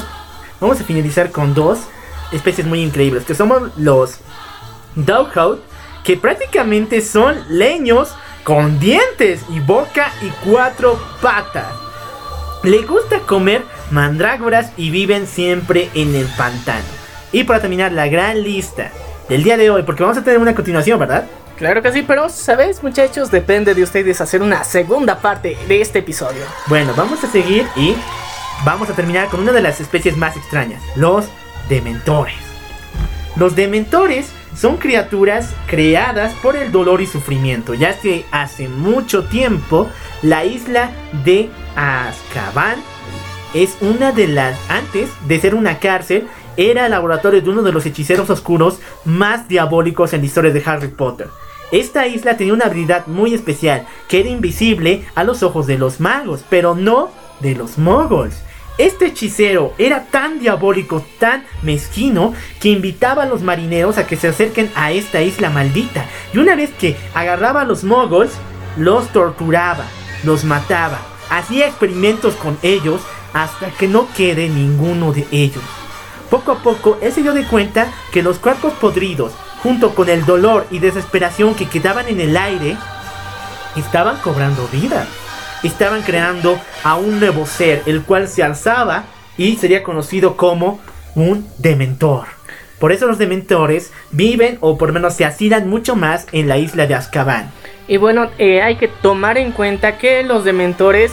especies muy increíbles, que somos los Doghout, que prácticamente son leños con dientes y boca y 4 patas. Le gusta comer mandrágoras y viven siempre en el pantano. Y para terminar la gran lista del día de hoy, porque vamos a tener una continuación, ¿verdad? Claro que sí, pero ¿sabes, muchachos? Depende de ustedes hacer una segunda parte de este episodio. Bueno, vamos a seguir y vamos a terminar con una de las especies más extrañas, los dementores. Los dementores son criaturas creadas por el dolor y sufrimiento, ya que hace mucho tiempo la isla de Azkaban es una de las, antes de ser una cárcel, era el laboratorio de uno de los hechiceros oscuros más diabólicos en la historia de Harry Potter. Esta isla tenía una habilidad muy especial, que era invisible a los ojos de los magos, pero no de los moguls. Este hechicero era tan diabólico, tan mezquino, que invitaba a los marineros a que se acerquen a esta isla maldita. Y una vez que agarraba a los moguls, los torturaba, los mataba, hacía experimentos con ellos hasta que no quede ninguno de ellos. Poco a poco, él se dio de cuenta que los cuerpos podridos, junto con el dolor y desesperación que quedaban en el aire, estaban cobrando vida. Estaban creando a un nuevo ser, el cual se alzaba y sería conocido como un dementor. Por eso los dementores viven, o por lo menos se asilan mucho más en la isla de Azkaban. Y bueno, hay que tomar en cuenta que los dementores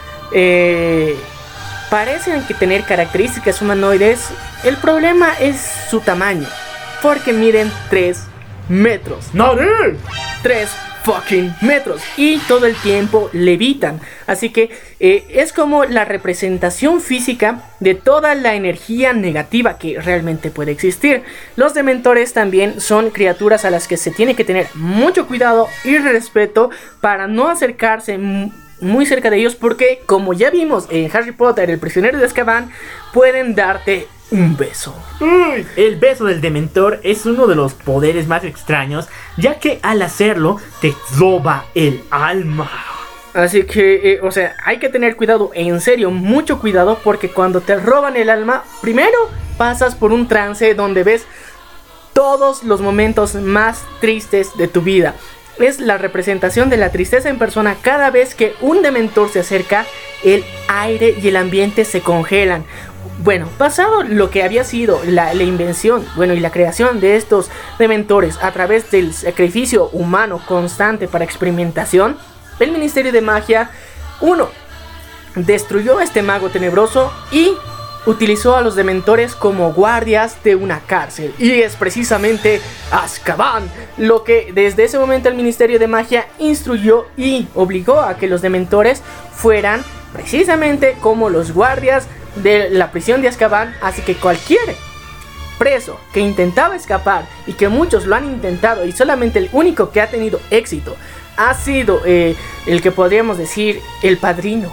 parecen que tener características humanoides. El problema es su tamaño, porque miden 3 metros. ¡No! 3 fucking metros y todo el tiempo levitan. Así que es como la representación física de toda la energía negativa que realmente puede existir. Los dementores también son criaturas a las que se tiene que tener mucho cuidado y respeto para no acercarse muy cerca de ellos, porque como ya vimos en Harry Potter, el prisionero de Azkaban, pueden darte un beso. El beso del dementor es uno de los poderes más extraños, ya que al hacerlo te roba el alma. Así que, hay que tener cuidado, en serio, mucho cuidado, porque cuando te roban el alma, primero pasas por un trance donde ves todos los momentos más tristes de tu vida. Es la representación de la tristeza en persona. Cada vez que un dementor se acerca, el aire y el ambiente se congelan. Bueno, pasado lo que había sido la invención, y la creación de estos dementores a través del sacrificio humano constante para experimentación, el Ministerio de Magia, destruyó a este mago tenebroso y utilizó a los dementores como guardias de una cárcel. Y es precisamente Azkaban lo que desde ese momento el Ministerio de Magia instruyó y obligó a que los dementores fueran precisamente como los guardias de la prisión de Azkaban. Así que cualquier preso que intentaba escapar, y que muchos lo han intentado y solamente el único que ha tenido éxito ha sido el que podríamos decir el padrino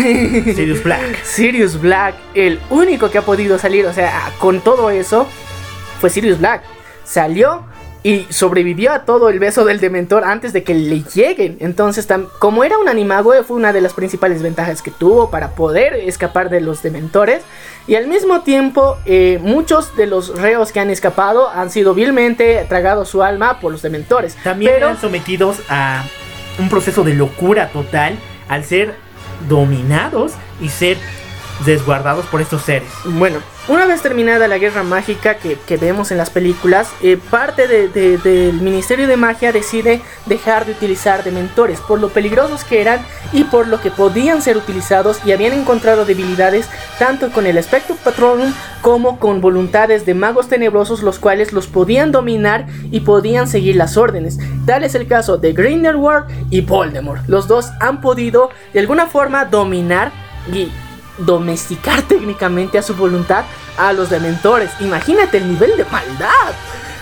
Sirius Black, el único que ha podido salir, con todo eso fue Sirius Black. Salió y sobrevivió a todo el beso del dementor antes de que le lleguen. Entonces, como era un animago, fue una de las principales ventajas que tuvo para poder escapar de los dementores. Y al mismo tiempo, muchos de los reos que han escapado han sido vilmente tragados su alma por los dementores. También eran sometidos a un proceso de locura total al ser dominados y ser desguardados por estos seres. Bueno, una vez terminada la guerra mágica que vemos en las películas, parte del Ministerio de Magia decide dejar de utilizar dementores por lo peligrosos que eran y por lo que podían ser utilizados, y habían encontrado debilidades tanto con el Expecto Patronum como con voluntades de magos tenebrosos, los cuales los podían dominar y podían seguir las órdenes. Tal es el caso de Grindelwald y Voldemort. Los dos han podido de alguna forma dominar y domesticar técnicamente a su voluntad a los dementores. Imagínate el nivel de maldad.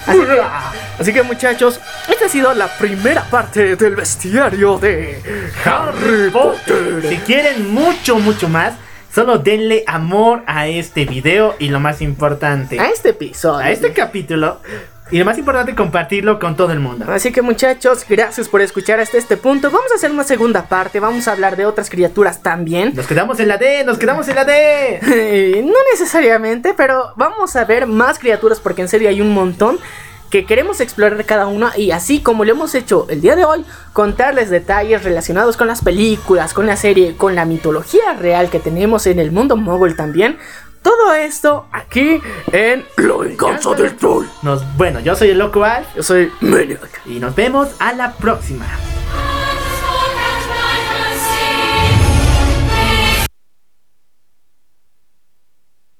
Así que muchachos, esta ha sido la primera parte del bestiario de Harry Potter. Si quieren mucho más, solo denle amor a este video y lo más importante, a este episodio, a este capítulo. Y lo más importante, compartirlo con todo el mundo. Así que muchachos, gracias por escuchar hasta este punto. Vamos a hacer una segunda parte. Vamos a hablar de otras criaturas también. Nos quedamos en la D. No necesariamente, pero vamos a ver más criaturas, porque en serio hay un montón. que queremos explorar cada una, y así como lo hemos hecho el día de hoy, contarles detalles relacionados con las películas, con la serie, con la mitología real que tenemos en el mundo mogul también. Todo esto aquí en La venganza del troll. Bueno, yo soy el Loco Alf. Yo soy Maniac. Y nos vemos a la próxima.